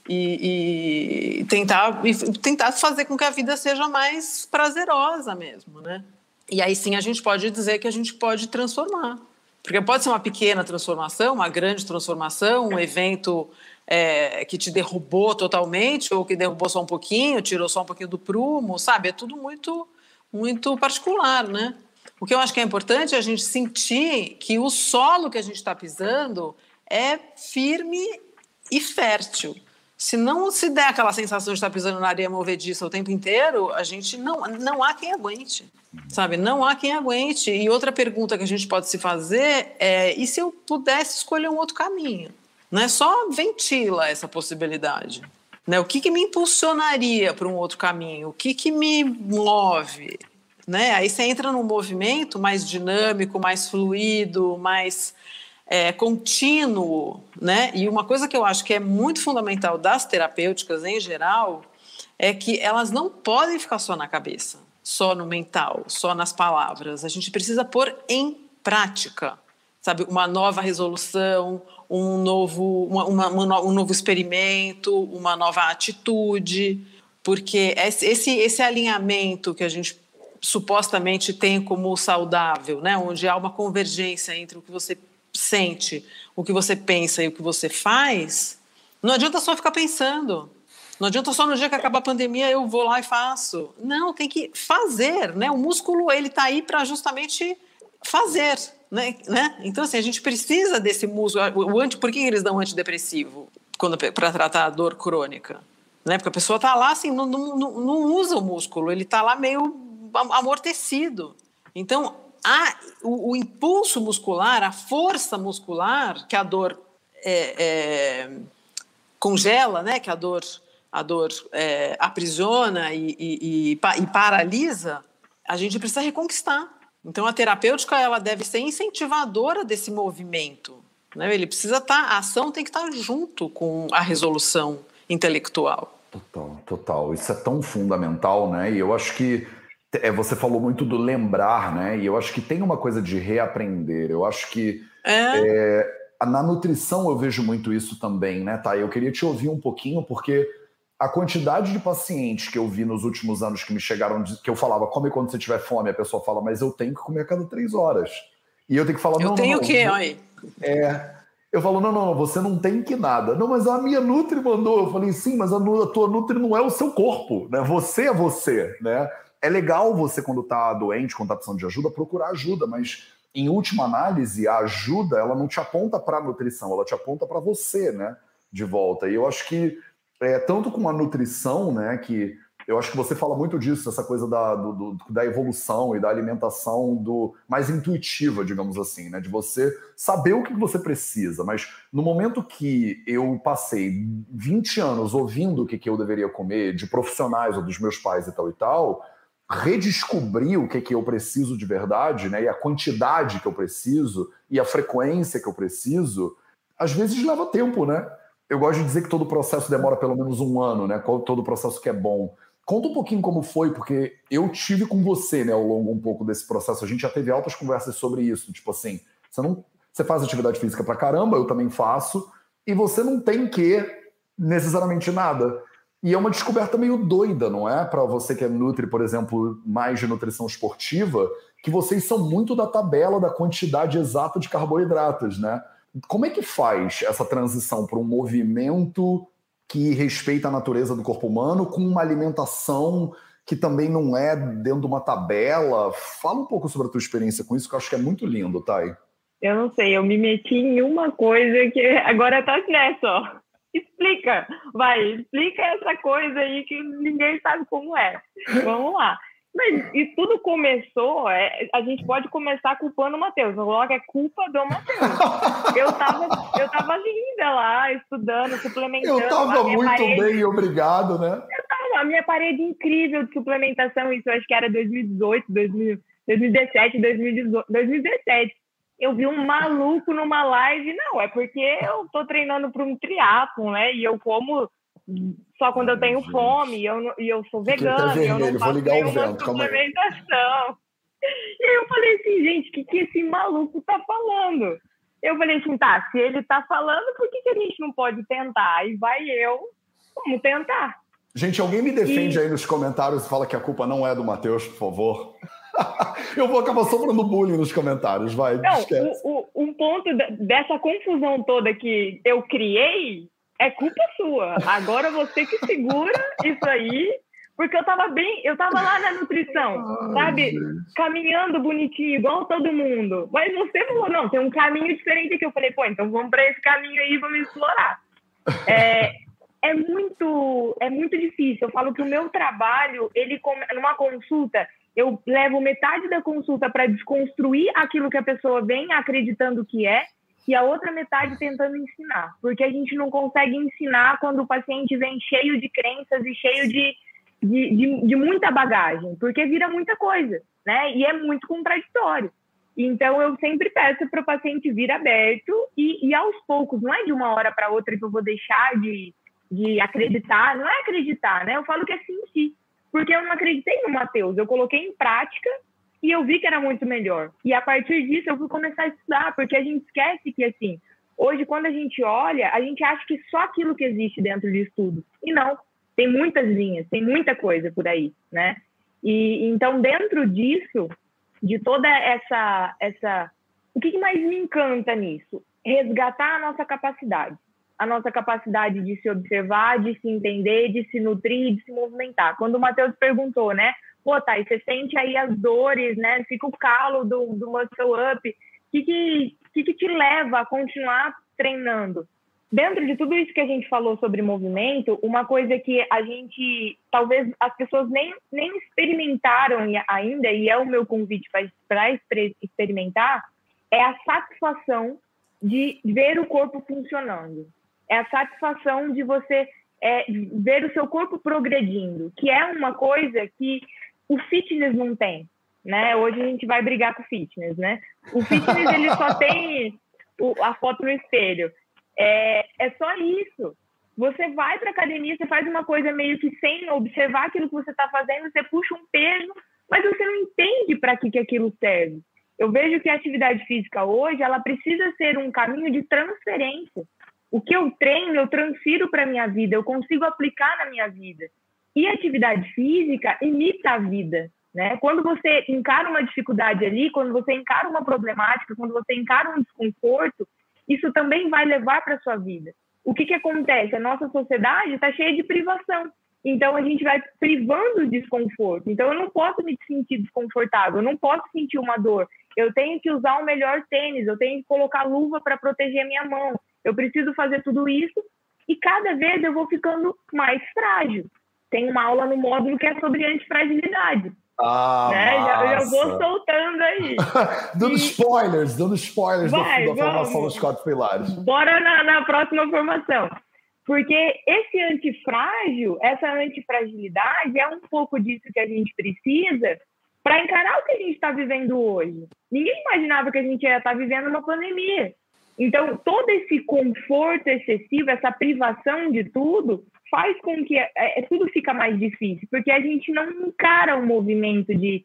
E, e, tentar, e tentar fazer com que a vida seja mais prazerosa mesmo, né? E aí sim a gente pode dizer que a gente pode transformar. Porque pode ser uma pequena transformação, uma grande transformação, um evento é, que te derrubou totalmente ou que derrubou só um pouquinho, tirou só um pouquinho do prumo, sabe? É tudo muito, muito particular, né? O que eu acho que é importante é a gente sentir que o solo que a gente está pisando é firme e fértil. Se não se der aquela sensação de estar pisando na areia movediça o tempo inteiro, a gente não, não há quem aguente, sabe? Não há quem aguente. E outra pergunta que a gente pode se fazer é, e se eu pudesse escolher um outro caminho? Né? Só ventila essa possibilidade. Né? O que, que me impulsionaria para um outro caminho? O que, que me move? Né? Aí você entra num movimento mais dinâmico, mais fluido, mais... É, contínuo, né? E uma coisa que eu acho que é muito fundamental das terapêuticas em geral é que elas não podem ficar só na cabeça, só no mental, só nas palavras. A gente precisa pôr em prática, sabe? Uma nova resolução, um novo, uma, uma, uma, um novo experimento, uma nova atitude, porque esse, esse alinhamento que a gente supostamente tem como saudável, né? Onde há uma convergência entre o que você sente, o que você pensa e o que você faz, não adianta só ficar pensando. Não adianta só no dia que acabar a pandemia eu vou lá e faço. Não, tem que fazer, né? O músculo, ele tá aí para justamente fazer, né? Então, assim, a gente precisa desse músculo. O anti, por que eles dão antidepressivo para tratar a dor crônica? Né? Porque a pessoa tá lá, assim, não, não, não usa o músculo, ele tá lá meio amortecido. Então, A, o, o impulso muscular, a força muscular que a dor é, é, congela, né? Que a dor, a dor é, aprisiona e, e, e, e paralisa, a gente precisa reconquistar. Então, a terapêutica ela deve ser incentivadora desse movimento. Né? Ele precisa estar, a ação tem que estar junto com a resolução intelectual. Total, total. Isso é tão fundamental, né? E eu acho que É, você falou muito do lembrar, né? E eu acho que tem uma coisa de reaprender. Eu acho que é. É, na nutrição eu vejo muito isso também, né, Thay? Eu queria te ouvir um pouquinho, porque a quantidade de pacientes que eu vi nos últimos anos que me chegaram, que eu falava, come quando você tiver fome, a pessoa fala, mas eu tenho que comer a cada três horas. E eu tenho que falar, eu não, tenho não, o quê? não. Aí? É... Eu falo, não, não, você não tem que nada. Não, mas a minha Nutri mandou. Eu falei, sim, mas a, a tua Nutri não é o seu corpo, né? Você é você, né? É legal você, quando tá doente, quando tá precisando de ajuda, procurar ajuda, mas em última análise, a ajuda, ela não te aponta para a nutrição, ela te aponta para você, né? De volta. E eu acho que, é, tanto com a nutrição, né? Que eu acho que você fala muito disso, essa coisa da, do, do, da evolução e da alimentação do, mais intuitiva, digamos assim, né? De você saber o que você precisa. Mas no momento que eu passei vinte anos ouvindo o que, que eu deveria comer, de profissionais ou dos meus pais e tal e tal, redescobrir o que, que eu preciso de verdade, né? E a quantidade que eu preciso e a frequência que eu preciso, às vezes leva tempo, né? Eu gosto de dizer que todo processo demora pelo menos um ano, né? Todo processo que é bom. Conta um pouquinho como foi, porque eu tive com você, né, ao longo um pouco desse processo. A gente já teve altas conversas sobre isso. Tipo assim, você, não, você faz atividade física pra caramba, eu também faço, e você não tem que necessariamente nada. E é uma descoberta meio doida, não é? Para você que é nutri, por exemplo, mais de nutrição esportiva, que vocês são muito da tabela da quantidade exata de carboidratos, né? Como é que faz essa transição para um movimento que respeita a natureza do corpo humano com uma alimentação que também não é dentro de uma tabela? Fala um pouco sobre a tua experiência com isso, que eu acho que é muito lindo, Thay. Eu não sei, eu me meti em uma coisa que agora tá nessa, ó. Explica, vai, explica essa coisa aí que ninguém sabe como é. Vamos lá. Mas e tudo começou, é, a gente pode começar culpando o Matheus. Logo é culpa do Matheus. Eu tava, eu tava linda lá, estudando, suplementando. Eu tava muito parede, bem, obrigado, né? Eu tava, a minha parede incrível de suplementação, isso eu acho que era dois mil e dezoito, dois mil, dois mil e dezessete, dois mil e dezoito, dois mil e dezessete. Eu vi um maluco numa live, não, é porque eu tô treinando para um triatlon, né? E eu como só quando eu tenho fome, e eu, e eu sou vegana, e eu não faço nenhuma suplementação. E aí eu falei assim, gente, o que, que esse maluco tá falando? Eu falei assim, tá, se ele tá falando, por que, que a gente não pode tentar? Aí vai eu, vamos tentar. Gente, alguém me defende e... aí nos comentários e fala que a culpa não é do Matheus, por favor. Eu vou acabar sofrendo bullying nos comentários, vai, não, esquece. O, o, um ponto dessa confusão toda que eu criei é culpa sua. Agora você que segura isso aí, porque eu tava bem, eu tava lá na nutrição, ai, sabe? Gente. Caminhando bonitinho, igual todo mundo. Mas você falou, não, tem um caminho diferente aqui. Eu falei, pô, então vamos para esse caminho aí e vamos explorar. É, é, muito, é muito difícil. Eu falo que o meu trabalho, ele numa consulta, eu levo metade da consulta para desconstruir aquilo que a pessoa vem acreditando que é, e a outra metade tentando ensinar. Porque a gente não consegue ensinar quando o paciente vem cheio de crenças e cheio de, de, de, de muita bagagem, porque vira muita coisa, né? E é muito contraditório. Então, eu sempre peço para o paciente vir aberto e, e aos poucos, não é de uma hora para outra que eu vou deixar de, de acreditar, não é acreditar, né? Eu falo que é sentir. Porque eu não acreditei no Matheus, eu coloquei em prática e eu vi que era muito melhor. E a partir disso eu fui começar a estudar, porque a gente esquece que, assim, hoje quando a gente olha, a gente acha que só aquilo que existe dentro de estudo. E não, tem muitas linhas, tem muita coisa por aí, né? E então, dentro disso, de toda essa... essa o que mais me encanta nisso? Resgatar a nossa capacidade. A nossa capacidade de se observar, de se entender, de se nutrir, de se movimentar. Quando o Matheus perguntou, né? Pô, Thay, você sente aí as dores, né? Fica o calo do, do muscle up. O que que, que que te leva a continuar treinando? Dentro de tudo isso que a gente falou sobre movimento, uma coisa que a gente, talvez as pessoas nem, nem experimentaram ainda, e é o meu convite para experimentar, é a satisfação de ver o corpo funcionando. É a satisfação de você é, ver o seu corpo progredindo, que é uma coisa que o fitness não tem, né? Hoje a gente vai brigar com o fitness, né? O fitness, ele só tem o, a foto no espelho. É, é só isso. Você vai para a academia, você faz uma coisa meio que sem observar aquilo que você está fazendo, você puxa um peso, mas você não entende para que, que aquilo serve. Eu vejo que a atividade física hoje, ela precisa ser um caminho de transferência. O que eu treino, eu transfiro para a minha vida, eu consigo aplicar na minha vida. E a atividade física imita a vida, né? Quando você encara uma dificuldade ali, quando você encara uma problemática, quando você encara um desconforto, isso também vai levar para a sua vida. O que que acontece? A nossa sociedade está cheia de privação. Então, a gente vai privando o desconforto. Então, eu não posso me sentir desconfortável, eu não posso sentir uma dor. Eu tenho que usar o melhor tênis, eu tenho que colocar luva para proteger a minha mão. Eu preciso fazer tudo isso e cada vez eu vou ficando mais frágil. Tem uma aula no módulo que é sobre antifragilidade. Ah, né? já, já vou massa. soltando aí. dando E- spoilers, dando spoilers da, Vai, da formação vamos. dos quatro pilares. Bora na, na próxima formação. Porque esse antifrágil, essa antifragilidade é um pouco disso que a gente precisa para encarar o que a gente está vivendo hoje. Ninguém imaginava que a gente ia estar vivendo uma pandemia. Então, todo esse conforto excessivo, essa privação de tudo, faz com que é, é, tudo fica mais difícil, porque a gente não encara o movimento de,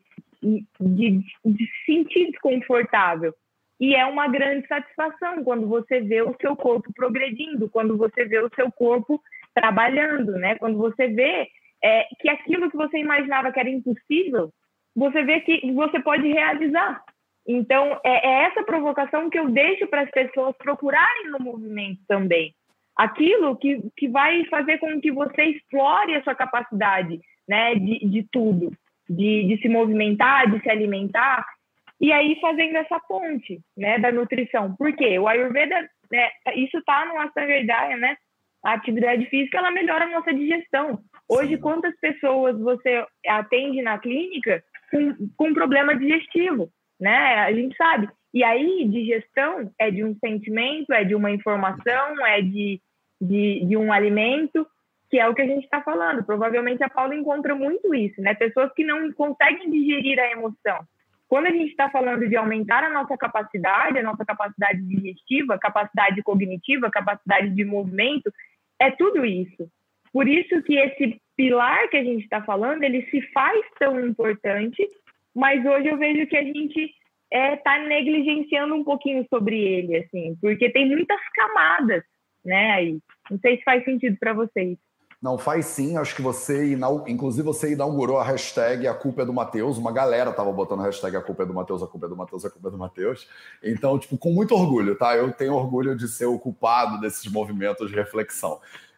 de, de se sentir desconfortável. E é uma grande satisfação quando você vê o seu corpo progredindo, quando você vê o seu corpo trabalhando, né? Quando você vê é, que aquilo que você imaginava que era impossível, você vê que você pode realizar. Então, é, é essa provocação que eu deixo para as pessoas procurarem no movimento também. Aquilo que, que vai fazer com que você explore a sua capacidade, né, de, de tudo, de, de se movimentar, de se alimentar, e aí fazendo essa ponte, né, da nutrição. Por quê? O Ayurveda, né, isso está no Ashtanga Hridaya, né? A atividade física, ela melhora a nossa digestão. Hoje, quantas pessoas você atende na clínica com, com problema digestivo, né? A gente sabe. E aí, digestão é de um sentimento, é de uma informação, é de, de, de um alimento, que é o que a gente está falando. Provavelmente a Paula encontra muito isso, né? Pessoas que não conseguem digerir a emoção. Quando a gente está falando de aumentar a nossa capacidade, a nossa capacidade digestiva, capacidade cognitiva, capacidade de movimento, é tudo isso. Por isso que esse pilar que a gente está falando, ele se faz tão importante, mas hoje eu vejo que a gente está é, negligenciando um pouquinho sobre ele, assim, porque tem muitas camadas, né, aí. Não sei se faz sentido para vocês. Não, faz sim. Acho que você, inclusive você inaugurou a hashtag A Culpa é do Matheus. Uma galera tava botando a hashtag A Culpa é do Matheus, A Culpa é do Matheus, A Culpa é do Matheus. Então, tipo, com muito orgulho, tá? Eu tenho orgulho de ser o culpado desses movimentos de reflexão.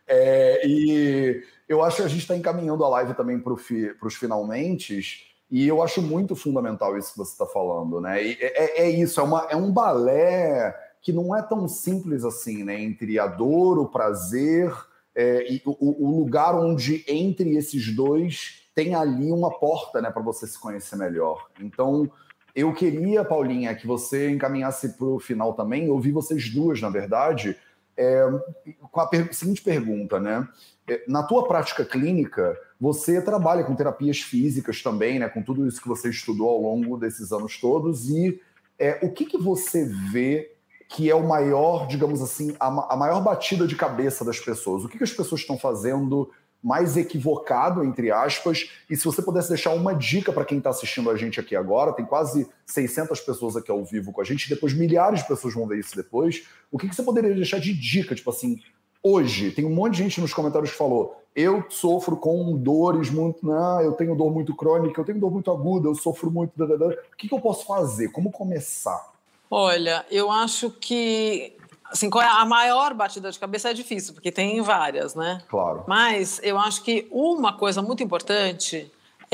É, e eu acho que a gente está encaminhando a live também para fi, os finalmente, e eu acho muito fundamental isso que você está falando, né? E é, é isso, é, uma, é um balé que não é tão simples assim, né? Entre a dor, o prazer... É, e o, o lugar onde entre esses dois tem ali uma porta, né, para você se conhecer melhor. Então, eu queria, Paulinha, que você encaminhasse para o final também. Eu ouvi vocês duas, na verdade, é, com a per- seguinte pergunta, né? É, na tua prática clínica, você trabalha com terapias físicas também, né, com tudo isso que você estudou ao longo desses anos todos, e é, o que, que você vê que é o maior, digamos assim, a, a maior batida de cabeça das pessoas? O que, que as pessoas estão fazendo mais equivocado, entre aspas? E se você pudesse deixar uma dica para quem está assistindo a gente aqui agora, tem quase seiscentas pessoas aqui ao vivo com a gente, depois milhares de pessoas vão ver isso depois, o que, que você poderia deixar de dica? Tipo assim, hoje, tem um monte de gente nos comentários que falou, eu sofro com dores muito, não, eu tenho dor muito crônica, eu tenho dor muito aguda, eu sofro muito... O que, que eu posso fazer? Como começar? Olha, eu acho que assim, qual é a maior batida de cabeça é difícil, porque tem várias, né? Claro. Mas eu acho que uma coisa muito importante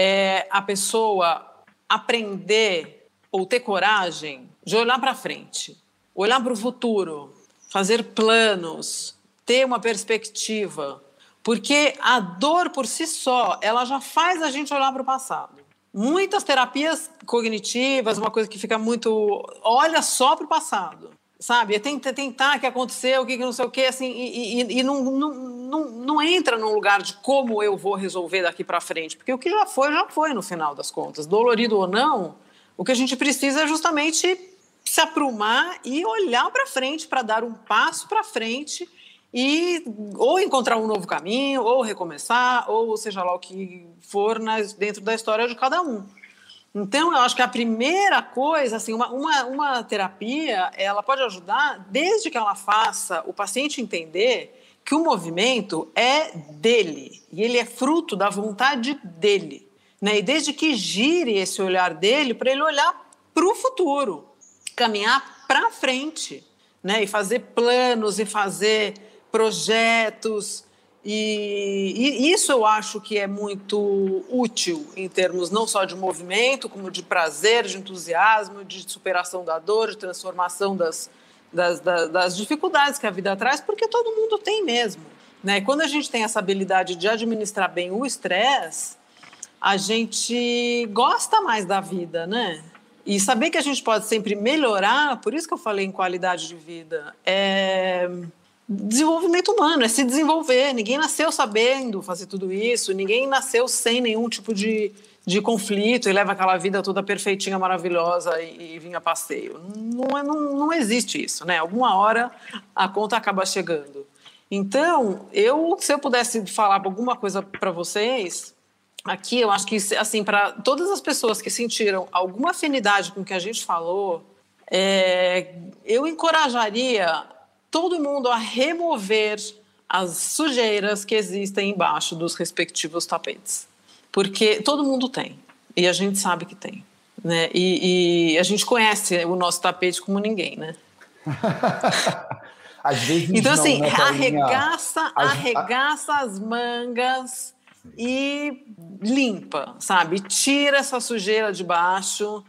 é a pessoa aprender ou ter coragem de olhar para frente, olhar para o futuro, fazer planos, ter uma perspectiva, porque a dor por si só, ela já faz a gente olhar para o passado. Muitas terapias cognitivas, uma coisa que fica muito... Olha só para o passado, sabe? É tentar, tentar o que aconteceu, o que não sei o quê, assim, e, e, e não, não, não, não entra num lugar de como eu vou resolver daqui para frente, porque o que já foi, já foi no final das contas. Dolorido ou não, o que a gente precisa é justamente se aprumar e olhar para frente para dar um passo para frente e ou encontrar um novo caminho, ou recomeçar, ou seja lá o que for nas, dentro da história de cada um. Então, eu acho que a primeira coisa, assim, uma, uma, uma terapia, ela pode ajudar desde que ela faça o paciente entender que o movimento é dele, e ele é fruto da vontade dele, né? E desde que gire esse olhar dele para ele olhar para o futuro, caminhar para frente, né? E fazer planos, e fazer... projetos E, e isso eu acho que é muito útil em termos não só de movimento, como de prazer, de entusiasmo, de superação da dor, de transformação das, das, das, das dificuldades que a vida traz, porque todo mundo tem mesmo, né? Quando a gente tem essa habilidade de administrar bem o estresse, a gente gosta mais da vida, né? E saber que a gente pode sempre melhorar, por isso que eu falei em qualidade de vida, é desenvolvimento humano, é se desenvolver. Ninguém nasceu sabendo fazer tudo isso, ninguém nasceu sem nenhum tipo de, de conflito e leva aquela vida toda perfeitinha, maravilhosa e, e vinha a passeio. Não, é, não, não existe isso, né? Alguma hora a conta acaba chegando. Então, eu, se eu pudesse falar alguma coisa para vocês, aqui eu acho que, assim, para todas as pessoas que sentiram alguma afinidade com o que a gente falou, é, eu encorajaria todo mundo a remover as sujeiras que existem embaixo dos respectivos tapetes. Porque todo mundo tem, e a gente sabe que tem, né? E, e a gente conhece o nosso tapete como ninguém, né? Às vezes então, não, assim, né, arregaça, as... arregaça as mangas e limpa, sabe? Tira essa sujeira de baixo.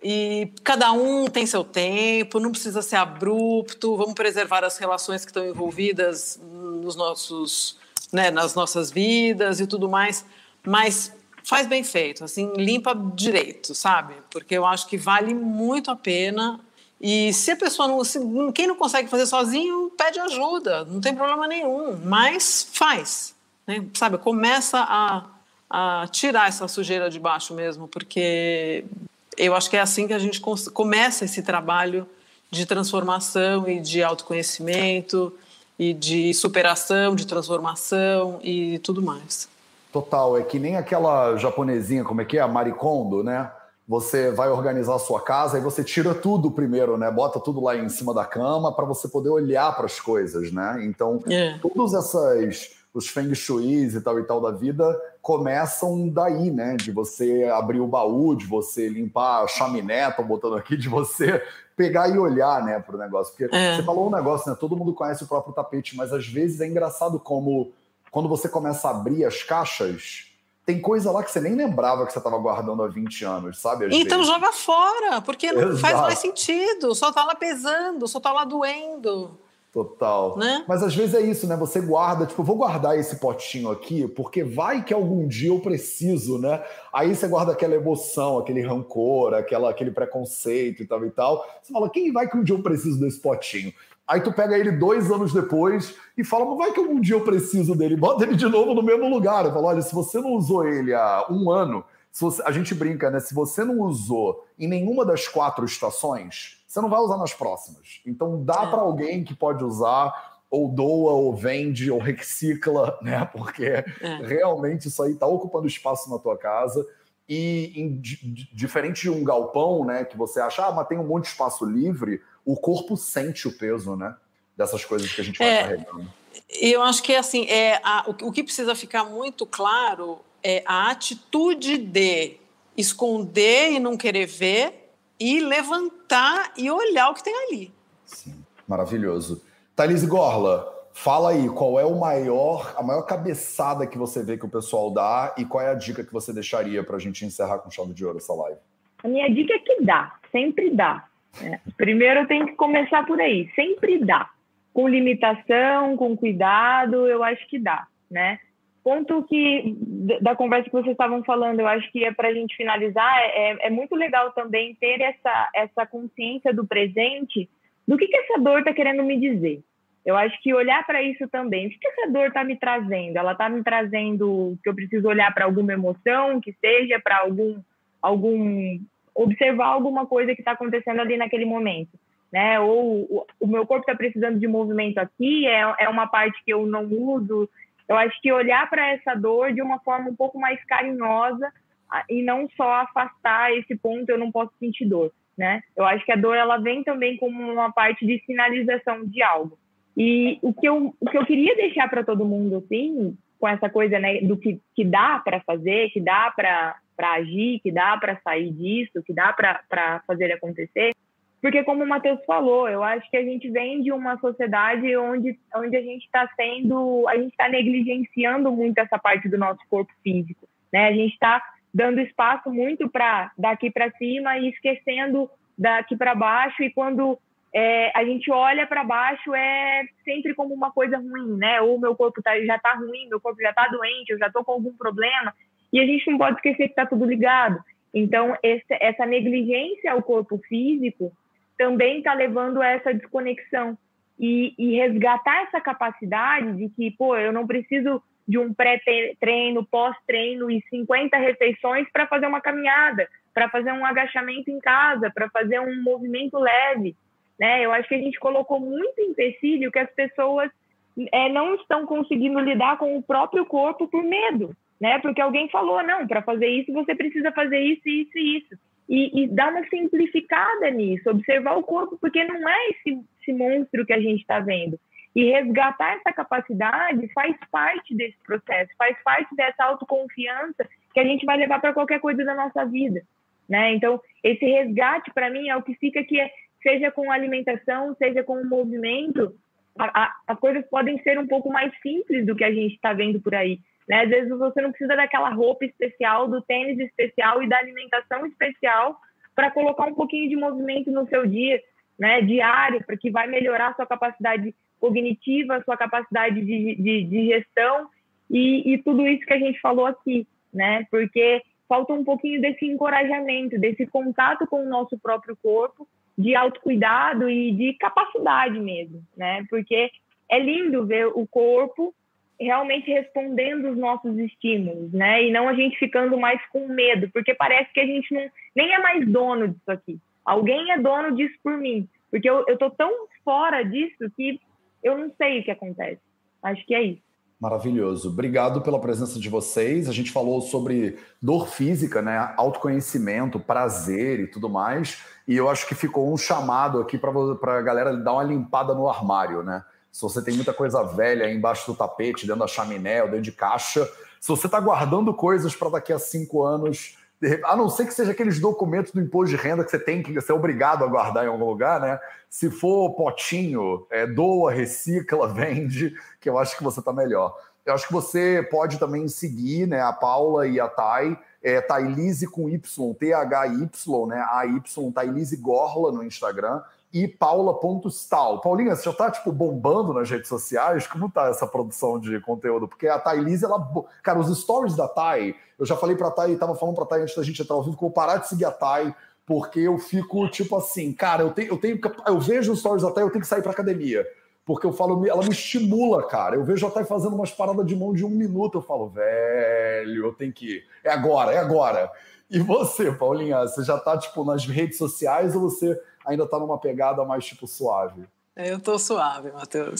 E cada um tem seu tempo, não precisa ser abrupto, vamos preservar as relações que estão envolvidas nos nossos, né, nas nossas vidas e tudo mais, mas faz bem feito, assim, limpa direito, sabe? Porque eu acho que vale muito a pena. E se a pessoa não, se, quem não consegue fazer sozinho, pede ajuda, não tem problema nenhum, mas faz, né? Sabe? Começa a, a tirar essa sujeira de baixo mesmo, porque eu acho que é assim que a gente começa esse trabalho de transformação e de autoconhecimento e de superação, de transformação e tudo mais. Total, é que nem aquela japonesinha, como é que é? A Marie Kondo, né? Você vai organizar a sua casa e você tira tudo primeiro, né? Bota tudo lá em cima da cama para você poder olhar para as coisas, né? Então, é. todas essas... os feng shuis e tal e tal da vida começam daí, né? De você abrir o baú, de você limpar a chaminé, tô botando aqui, de você pegar e olhar, né, pro negócio. Porque é. você falou um negócio, né? Todo mundo conhece o próprio tapete, mas às vezes é engraçado como quando você começa a abrir as caixas, tem coisa lá que você nem lembrava que você estava guardando há vinte anos, sabe? Às então vezes. Joga fora, porque não Exato. faz mais sentido, só tá lá pesando, só tá lá doendo. Total. Né? Mas às vezes é isso, né? Você guarda, tipo, vou guardar esse potinho aqui, porque vai que algum dia eu preciso, né? Aí você guarda aquela emoção, aquele rancor, aquela, aquele preconceito e tal e tal. Você fala, quem vai que um dia eu preciso desse potinho? Aí tu pega ele dois anos depois e fala, mas vai que algum dia eu preciso dele. Bota ele de novo no mesmo lugar. Eu falo, olha, se você não usou ele há um ano, se você... a gente brinca, né? Se você não usou em nenhuma das quatro estações, você não vai usar nas próximas. Então dá é. para alguém que pode usar, ou doa, ou vende, ou recicla, né? Porque é. realmente isso aí está ocupando espaço na tua casa. E em, diferente de um galpão, né? Que você acha, ah, mas tem um monte de espaço livre, o corpo sente o peso, né? Dessas coisas que a gente vai é. carregando. Eu acho que assim, é, a, o, o que precisa ficar muito claro é a atitude de esconder e não querer ver, e levantar e olhar o que tem ali. Sim, maravilhoso. Thailise Gorla, fala aí, qual é o maior, a maior cabeçada que você vê que o pessoal dá e qual é a dica que você deixaria para a gente encerrar com chave de ouro essa live? A minha dica é que dá, sempre dá. É. Primeiro tem que começar por aí, sempre dá. Com limitação, com cuidado, eu acho que dá, né? Ponto que, da conversa que vocês estavam falando, eu acho que é para a gente finalizar, é, é muito legal também ter essa, essa consciência do presente, do que, que essa dor está querendo me dizer. Eu acho que olhar para isso também, o que, que essa dor está me trazendo? Ela está me trazendo que eu preciso olhar para alguma emoção, que seja para algum, algum, observar alguma coisa que está acontecendo ali naquele momento, né? Ou o, o meu corpo está precisando de movimento aqui, é, é uma parte que eu não uso. Eu acho que olhar para essa dor de uma forma um pouco mais carinhosa e não só afastar esse ponto, eu não posso sentir dor, né? Eu acho que a dor, ela vem também como uma parte de sinalização de algo. E o que eu, o que eu queria deixar para todo mundo, assim, com essa coisa, né, do que, que dá para fazer, que dá para agir, que dá para sair disso, que dá para fazer acontecer, porque como o Matheus falou, eu acho que a gente vem de uma sociedade onde, onde a gente está sendo, a gente está negligenciando muito essa parte do nosso corpo físico, né? A gente está dando espaço muito para daqui para cima e esquecendo daqui para baixo, e quando é, a gente olha para baixo é sempre como uma coisa ruim, né? Ou meu corpo tá, já está ruim, meu corpo já está doente, eu já estou com algum problema, e a gente não pode esquecer que está tudo ligado. Então, esse, essa negligência ao corpo físico também está levando a essa desconexão. E, e resgatar essa capacidade de que, pô, eu não preciso de um pré-treino, pós-treino e cinquenta refeições para fazer uma caminhada, para fazer um agachamento em casa, para fazer um movimento leve, né? Eu acho que a gente colocou muito empecilho que as pessoas é, não estão conseguindo lidar com o próprio corpo por medo, né? Porque alguém falou, não, para fazer isso você precisa fazer isso, isso e isso. E, e dar uma simplificada nisso, observar o corpo, porque não é esse, esse monstro que a gente está vendo. E resgatar essa capacidade faz parte desse processo, faz parte dessa autoconfiança que a gente vai levar para qualquer coisa da nossa vida, né? Então, esse resgate, para mim, é o que fica que, é, seja com alimentação, seja com o movimento, a, a, as coisas podem ser um pouco mais simples do que a gente está vendo por aí, né? Às vezes você não precisa daquela roupa especial, do tênis especial e da alimentação especial para colocar um pouquinho de movimento no seu dia, né, diário, para que vai melhorar a sua capacidade cognitiva, a sua capacidade de, de, de gestão e, e tudo isso que a gente falou aqui, né? Porque falta um pouquinho desse encorajamento, desse contato com o nosso próprio corpo, de autocuidado e de capacidade mesmo, né? Porque é lindo ver o corpo realmente respondendo os nossos estímulos, né? E não a gente ficando mais com medo, porque parece que a gente não, nem é mais dono disso aqui. Alguém é dono disso por mim, porque eu, eu tô tão fora disso que eu não sei o que acontece. Acho que é isso. Maravilhoso. Obrigado pela presença de vocês. A gente falou sobre dor física, né? Autoconhecimento, prazer e tudo mais. E eu acho que ficou um chamado aqui para a galera dar uma limpada no armário, né? Se você tem muita coisa velha aí embaixo do tapete, dentro da chaminé ou dentro de caixa, se você está guardando coisas para daqui a cinco anos, a não ser que seja aqueles documentos do imposto de renda que você tem que ser obrigado a guardar em algum lugar, né? Se for potinho, é, doa, recicla, vende, que eu acho que você está melhor. Eu acho que você pode também seguir, né, a Paula e a Thay, é, Thailise com Y, T H Y, né, A Y, Thailise Gorla no Instagram, e paula.stal. Paulinha, você já tá, tipo, bombando nas redes sociais? Como tá essa produção de conteúdo? Porque a Thailise, ela... Cara, os stories da Thay, eu já falei pra Thay, tava falando pra Thay antes da gente entrar ao vivo, que eu vou parar de seguir a Thay, porque eu fico, tipo assim, cara, eu tenho... Eu, tenho, eu vejo os stories da Thay, eu tenho que sair pra academia. Porque eu falo, ela me estimula, cara. Eu vejo a Thay fazendo umas paradas de mão de um minuto, eu falo, velho, eu tenho que ir. É agora, é agora. E você, Paulinha, você já tá, tipo, nas redes sociais ou você ainda tá numa pegada mais, tipo, suave? Eu tô suave, Matheus.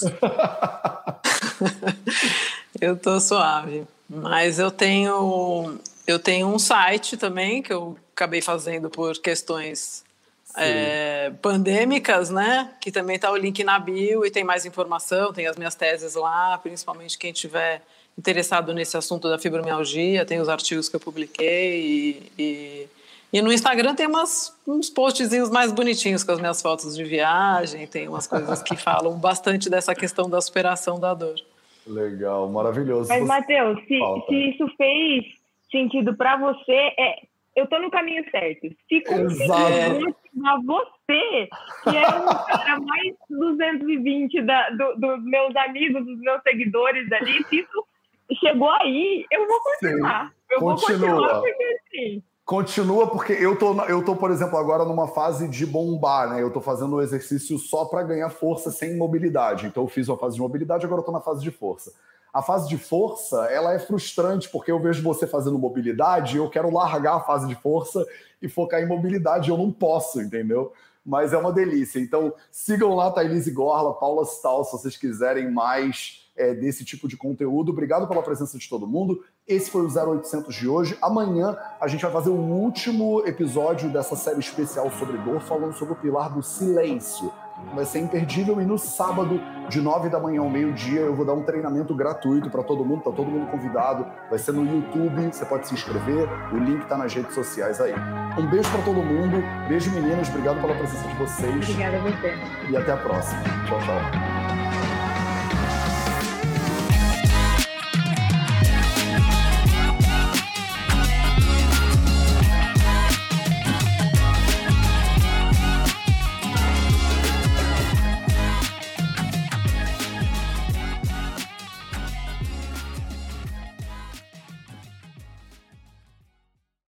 Eu tô suave. Mas eu tenho, eu tenho um site também que eu acabei fazendo por questões é, pandêmicas, né? Que também tá o link na bio e tem mais informação, tem as minhas teses lá, principalmente quem tiver interessado nesse assunto da fibromialgia, tem os artigos que eu publiquei e... e E no Instagram tem umas, uns postzinhos mais bonitinhos com as minhas fotos de viagem, tem umas coisas que falam bastante dessa questão da superação da dor. Legal, maravilhoso. Mas, Matheus, se, se isso fez sentido para você, é, eu tô no caminho certo. Se conseguir motivar você, que é um cara mais duzentos e vinte da, do, dos meus amigos, dos meus seguidores ali, se isso chegou aí, eu vou continuar. Sim. Eu Continua. vou continuar porque sim. Continua, porque eu tô, eu tô, por exemplo, agora numa fase de bombar, né? Eu tô fazendo o exercício só para ganhar força sem mobilidade. Então eu fiz uma fase de mobilidade, agora eu tô na fase de força. A fase de força, ela é frustrante, porque eu vejo você fazendo mobilidade e eu quero largar a fase de força e focar em mobilidade. Eu não posso, entendeu? Mas é uma delícia. Então sigam lá Thailise Gorla, Paula Stal, se vocês quiserem mais é, desse tipo de conteúdo. Obrigado pela presença de todo mundo. Esse foi o zero oitocentos de hoje. Amanhã a gente vai fazer o último episódio dessa série especial sobre dor, falando sobre o pilar do silêncio. vai ser imperdível. E no sábado, de nove da manhã ao meio-dia, eu vou dar um treinamento gratuito para todo mundo, tá todo mundo convidado. Vai ser no YouTube, você pode se inscrever, o link tá nas redes sociais aí. Um beijo para todo mundo, beijo meninas, obrigado pela presença de vocês. Obrigada a você. E até a próxima. Tchau, tchau.